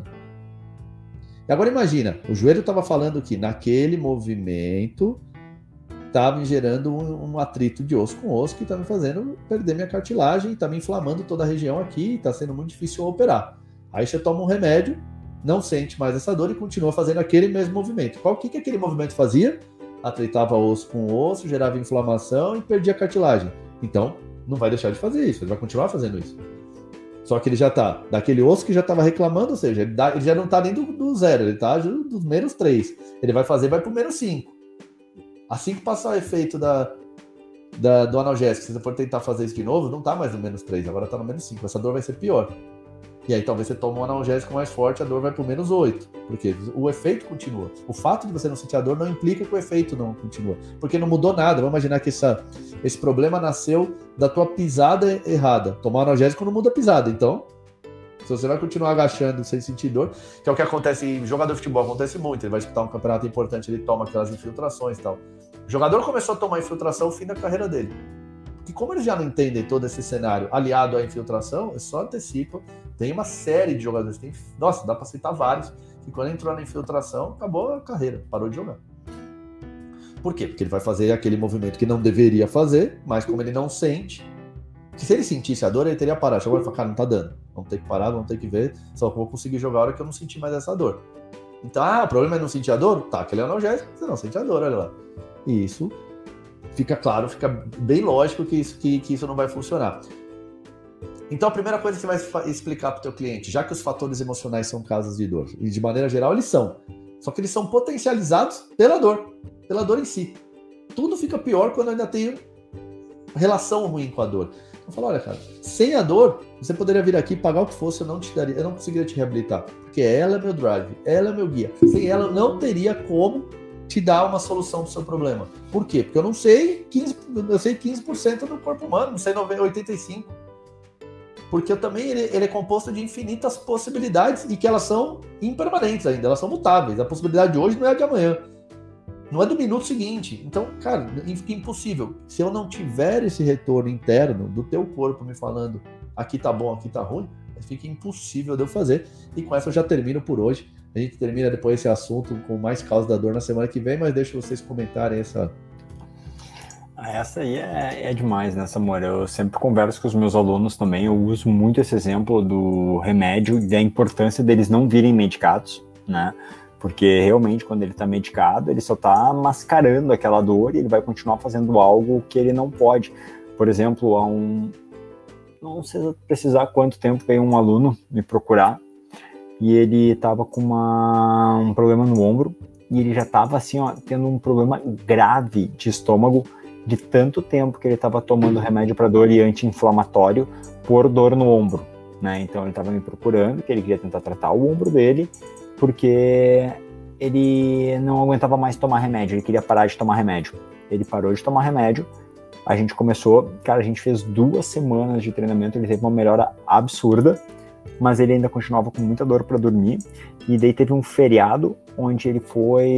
S1: E agora imagina, o joelho estava falando que naquele movimento estava me gerando um atrito de osso com osso que está me fazendo perder minha cartilagem, está me inflamando toda a região aqui, está sendo muito difícil operar. Aí você toma um remédio, não sente mais essa dor e continua fazendo aquele mesmo movimento. O que aquele movimento fazia? Atritava osso com osso, gerava inflamação e perdia a cartilagem. Então, não vai deixar de fazer isso, ele vai continuar fazendo isso. Só que ele já está daquele osso que já estava reclamando, ou seja, ele já não está nem do 0, ele está dos menos 3. Ele vai para o menos 5. Assim que passar o efeito do analgésico, se você for tentar fazer isso de novo, não está mais no menos 3, agora está no menos 5. Essa dor vai ser pior. E aí talvez você tome um analgésico mais forte, a dor vai para o menos 8. Porque o efeito continua. O fato de você não sentir a dor não implica que o efeito não continua. Porque não mudou nada. Vamos imaginar que esse problema nasceu da tua pisada errada. Tomar um analgésico não muda a pisada. Então, se você vai continuar agachando sem sentir dor, que é o que acontece em jogador de futebol, acontece muito. Ele vai disputar um campeonato importante, ele toma aquelas infiltrações e tal. O jogador começou a tomar infiltração no fim da carreira dele. Porque como eles já não entendem todo esse cenário aliado à infiltração, é só antecipa. Tem uma série de jogadores, nossa, dá para citar vários, que quando entrou na infiltração, acabou a carreira, parou de jogar. Por quê? Porque ele vai fazer aquele movimento que não deveria fazer, mas como ele não sente, que se ele sentisse a dor, ele teria parado. Chegou e falou, cara, não tá dando. Vamos ter que parar, vamos ter que ver, só vou conseguir jogar a hora que eu não sentir mais essa dor. Então, o problema é não sentir a dor? Tá, aquele analgésico, você não sente a dor, olha lá. E isso fica claro, fica bem lógico que isso não vai funcionar. Então, a primeira coisa que você vai explicar para o teu cliente, já que os fatores emocionais são causas de dor, e de maneira geral eles são, só que eles são potencializados pela dor em si. Tudo fica pior quando eu ainda tenho relação ruim com a dor. Eu falo, olha, cara, sem a dor, você poderia vir aqui pagar o que fosse, eu não conseguiria te reabilitar, porque ela é meu drive, ela é meu guia. Sem ela, eu não teria como te dar uma solução do seu problema. Por quê? Porque eu não sei 15% do corpo humano, não sei 85%. Porque ele é composto de infinitas possibilidades e que elas são impermanentes ainda, elas são mutáveis. A possibilidade de hoje não é a de amanhã, não é do minuto seguinte. Então, cara, fica impossível. Se eu não tiver esse retorno interno do teu corpo me falando aqui tá bom, aqui tá ruim, fica impossível de eu fazer. E com essa eu já termino por hoje. A gente termina depois esse assunto com mais causa da dor na semana que vem, mas deixa vocês comentarem essa...
S2: Essa aí é demais, né, Samora? Eu sempre converso com os meus alunos também, eu uso muito esse exemplo do remédio e da importância deles não virem medicados, né? Porque realmente quando ele está medicado, ele só está mascarando aquela dor e ele vai continuar fazendo algo que ele não pode. Por exemplo, não sei precisar quanto tempo veio um aluno me procurar e ele estava com um problema no ombro e ele já estava assim, tendo um problema grave de estômago de tanto tempo que ele estava tomando remédio para dor e anti-inflamatório por dor no ombro, né? Então ele estava me procurando, que ele queria tentar tratar o ombro dele, porque ele não aguentava mais tomar remédio, ele queria parar de tomar remédio. Ele parou de tomar remédio, a gente começou, cara, a gente fez 2 semanas de treinamento, ele teve uma melhora absurda, mas ele ainda continuava com muita dor para dormir, e daí teve um feriado onde ele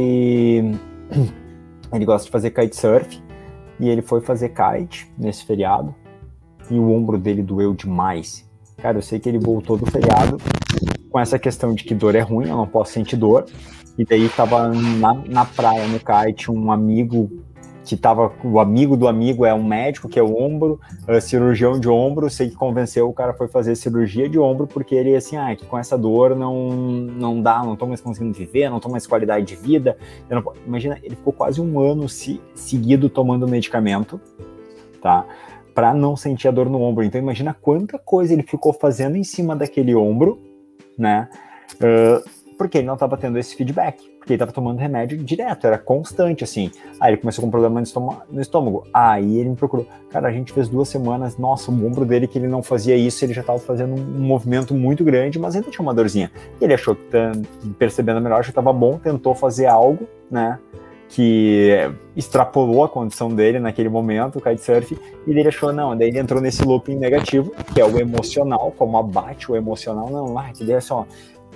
S2: gosta de fazer kitesurf, e ele foi fazer kite nesse feriado, e o ombro dele doeu demais. Cara, eu sei que ele voltou do feriado com essa questão de que dor é ruim, eu não posso sentir dor, e daí tava na praia, no kite, um amigo que tava, o amigo do amigo é um médico, que é o ombro, cirurgião de ombro, sei que convenceu o cara, foi fazer cirurgia de ombro, porque ele assim, que com essa dor não dá, não tô mais conseguindo viver, não tô mais qualidade de vida. Imagina, ele ficou quase 1 ano seguido tomando medicamento, tá? Pra não sentir a dor no ombro. Então imagina quanta coisa ele ficou fazendo em cima daquele ombro, né? Porque ele não estava tendo esse feedback, porque ele estava tomando remédio direto, era constante, assim. Aí ele começou com um problema no estômago, aí ele me procurou. Cara, a gente fez 2 semanas, nossa, o ombro dele, que ele não fazia isso, ele já estava fazendo um movimento muito grande, mas ainda tinha uma dorzinha. E ele achou que, percebendo melhor, já estava bom, tentou fazer algo, né, que extrapolou a condição dele naquele momento, o kitesurf, e ele achou, não, daí ele entrou nesse looping negativo, que é o emocional, como abate o emocional, não, que daí é só...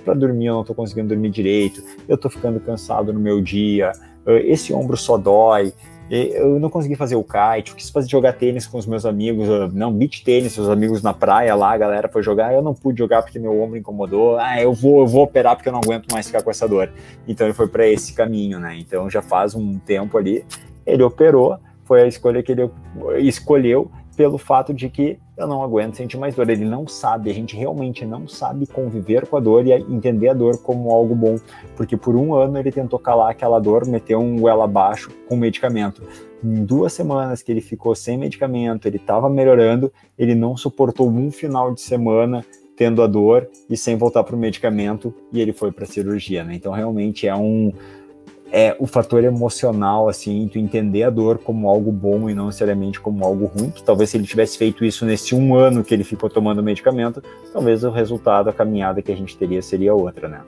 S2: para dormir eu não tô conseguindo dormir direito, eu tô ficando cansado no meu dia, esse ombro só dói, eu não consegui fazer o kite, eu quis jogar tênis com os meus amigos, não, beach tênis, os amigos na praia lá, a galera foi jogar, eu não pude jogar porque meu ombro incomodou, eu vou operar porque eu não aguento mais ficar com essa dor. Então ele foi para esse caminho, né? Então já faz um tempo ali, ele operou, foi a escolha que ele escolheu pelo fato de que eu não aguento sentir mais dor. Ele não sabe, a gente realmente não sabe conviver com a dor e entender a dor como algo bom, porque por um ano ele tentou calar aquela dor, meteu um goela abaixo com medicamento. Em 2 semanas que ele ficou sem medicamento, ele estava melhorando, ele não suportou um final de semana tendo a dor e sem voltar para o medicamento, e ele foi para a cirurgia, né? Então realmente o fator emocional, assim, tu entender a dor como algo bom e não necessariamente como algo ruim, que talvez se ele tivesse feito isso nesse 1 ano que ele ficou tomando medicamento, talvez o resultado, a caminhada que a gente teria seria outra, né?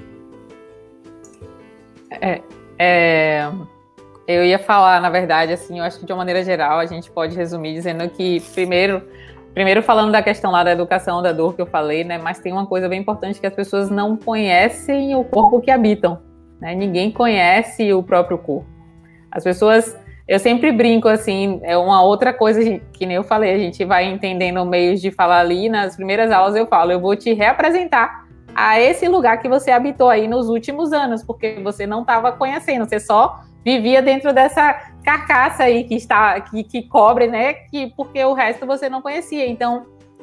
S3: Eu ia falar, na verdade, assim, eu acho que de uma maneira geral a gente pode resumir dizendo que, primeiro falando da questão lá da educação da dor que eu falei, né, mas tem uma coisa bem importante que as pessoas não conhecem o corpo que habitam. Né? Ninguém conhece o próprio corpo. As pessoas, eu sempre brinco assim, é uma outra coisa que nem eu falei, a gente vai entendendo meios de falar ali, nas primeiras aulas eu falo, eu vou te reapresentar a esse lugar que você habitou aí nos últimos anos, porque você não estava conhecendo, você só vivia dentro dessa carcaça aí que cobre, né, porque o resto você não conhecia. Então,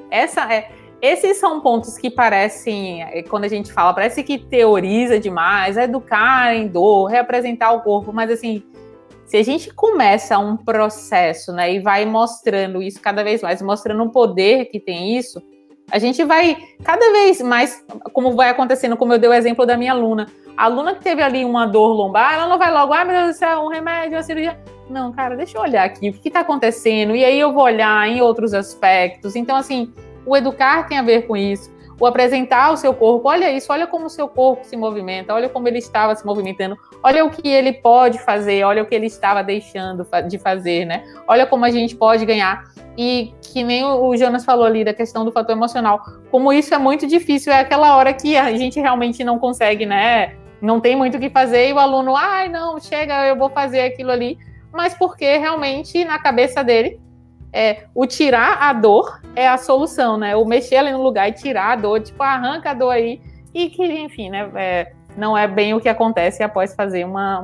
S3: esses são pontos que parecem, quando a gente fala, parece que teoriza demais, educar em dor, reapresentar o corpo, mas assim, se a gente começa um processo, né, e vai mostrando isso cada vez mais, mostrando o poder que tem isso, a gente vai cada vez mais, como vai acontecendo, como eu dei o exemplo da minha aluna, a aluna que teve ali uma dor lombar, ela não vai logo, meu Deus do céu, um remédio, uma cirurgia. Não, cara, deixa eu olhar aqui, o que está acontecendo? E aí eu vou olhar em outros aspectos. Então, assim, o educar tem a ver com isso, o apresentar o seu corpo, olha isso, olha como o seu corpo se movimenta, olha como ele estava se movimentando, olha o que ele pode fazer, olha o que ele estava deixando de fazer, né? Olha como a gente pode ganhar. E que nem o Jonas falou ali da questão do fator emocional, como isso é muito difícil, é aquela hora que a gente realmente não consegue, né? Não tem muito o que fazer e o aluno, não, chega, eu vou fazer aquilo ali, mas porque realmente na cabeça dele, o tirar a dor é a solução, né? O mexer ali no lugar e tirar a dor, tipo, arranca a dor aí, e que, enfim, né? Não é bem o que acontece após fazer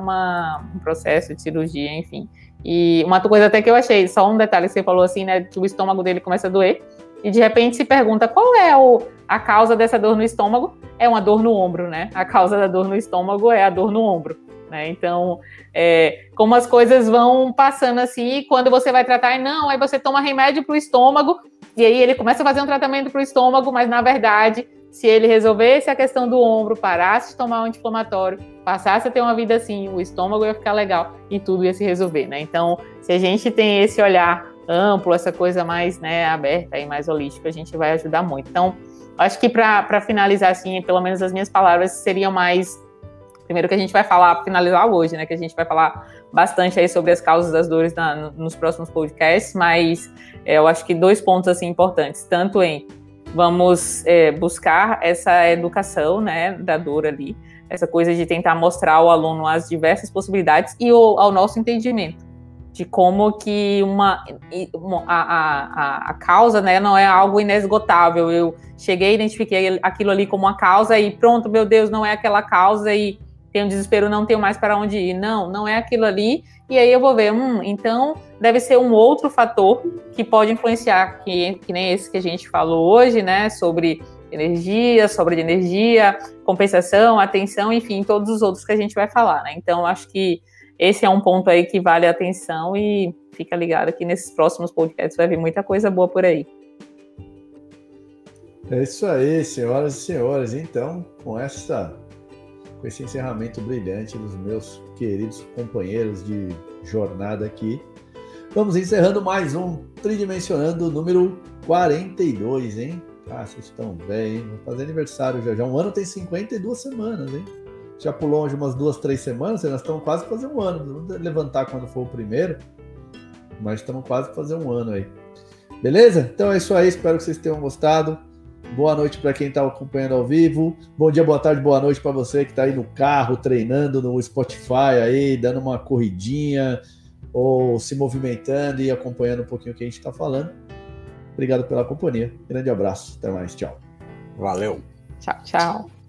S3: um processo de cirurgia, enfim. E uma coisa até que eu achei, só um detalhe que você falou assim, né? Que o estômago dele começa a doer, e de repente se pergunta qual é a causa dessa dor no estômago? É uma dor no ombro, né? A causa da dor no estômago é a dor no ombro. Né? Então, como as coisas vão passando assim, quando você vai tratar, aí você toma remédio para o estômago, e aí ele começa a fazer um tratamento para o estômago, mas na verdade, se ele resolvesse a questão do ombro, parasse de tomar um anti-inflamatório, passasse a ter uma vida assim, o estômago ia ficar legal e tudo ia se resolver, né? Então, se a gente tem esse olhar amplo, essa coisa mais, né, aberta e mais holística, a gente vai ajudar muito. Então, acho que para finalizar assim, pelo menos as minhas palavras seriam mais. Primeiro que a gente vai finalizar hoje, né? Que a gente vai falar bastante aí sobre as causas das dores nos próximos podcasts, mas eu acho que 2 pontos assim importantes, tanto em vamos buscar essa educação, né, da dor ali, essa coisa de tentar mostrar ao aluno as diversas possibilidades e ao nosso entendimento de como que a causa, né, não é algo inesgotável. Eu cheguei, identifiquei aquilo ali como uma causa e pronto, meu Deus, não é aquela causa e tenho desespero, não tenho mais para onde ir. Não é aquilo ali. E aí eu vou ver, então deve ser um outro fator que pode influenciar, que nem esse que a gente falou hoje, né, sobre energia, sobra de energia, compensação, atenção, enfim, todos os outros que a gente vai falar, né? Então, acho que esse é um ponto aí que vale a atenção e fica ligado que nesses próximos podcasts vai vir muita coisa boa por aí.
S1: É isso aí, senhoras e senhores. Então, com esse encerramento brilhante dos meus queridos companheiros de jornada aqui, vamos encerrando mais um Tridimensionando número 42, hein? Vocês estão bem, hein? Vou fazer aniversário já. Um ano tem 52 semanas, hein? Já pulou hoje umas 2, 3 semanas, nós estamos quase para fazer um ano. Vamos levantar quando for o primeiro, mas estamos quase para fazer um ano aí. Beleza? Então é isso aí, espero que vocês tenham gostado. Boa noite para quem está acompanhando ao vivo. Bom dia, boa tarde, boa noite para você que está aí no carro, treinando no Spotify aí, dando uma corridinha ou se movimentando e acompanhando um pouquinho o que a gente está falando. Obrigado pela companhia. Grande abraço. Até mais. Tchau.
S2: Valeu.
S3: Tchau, tchau.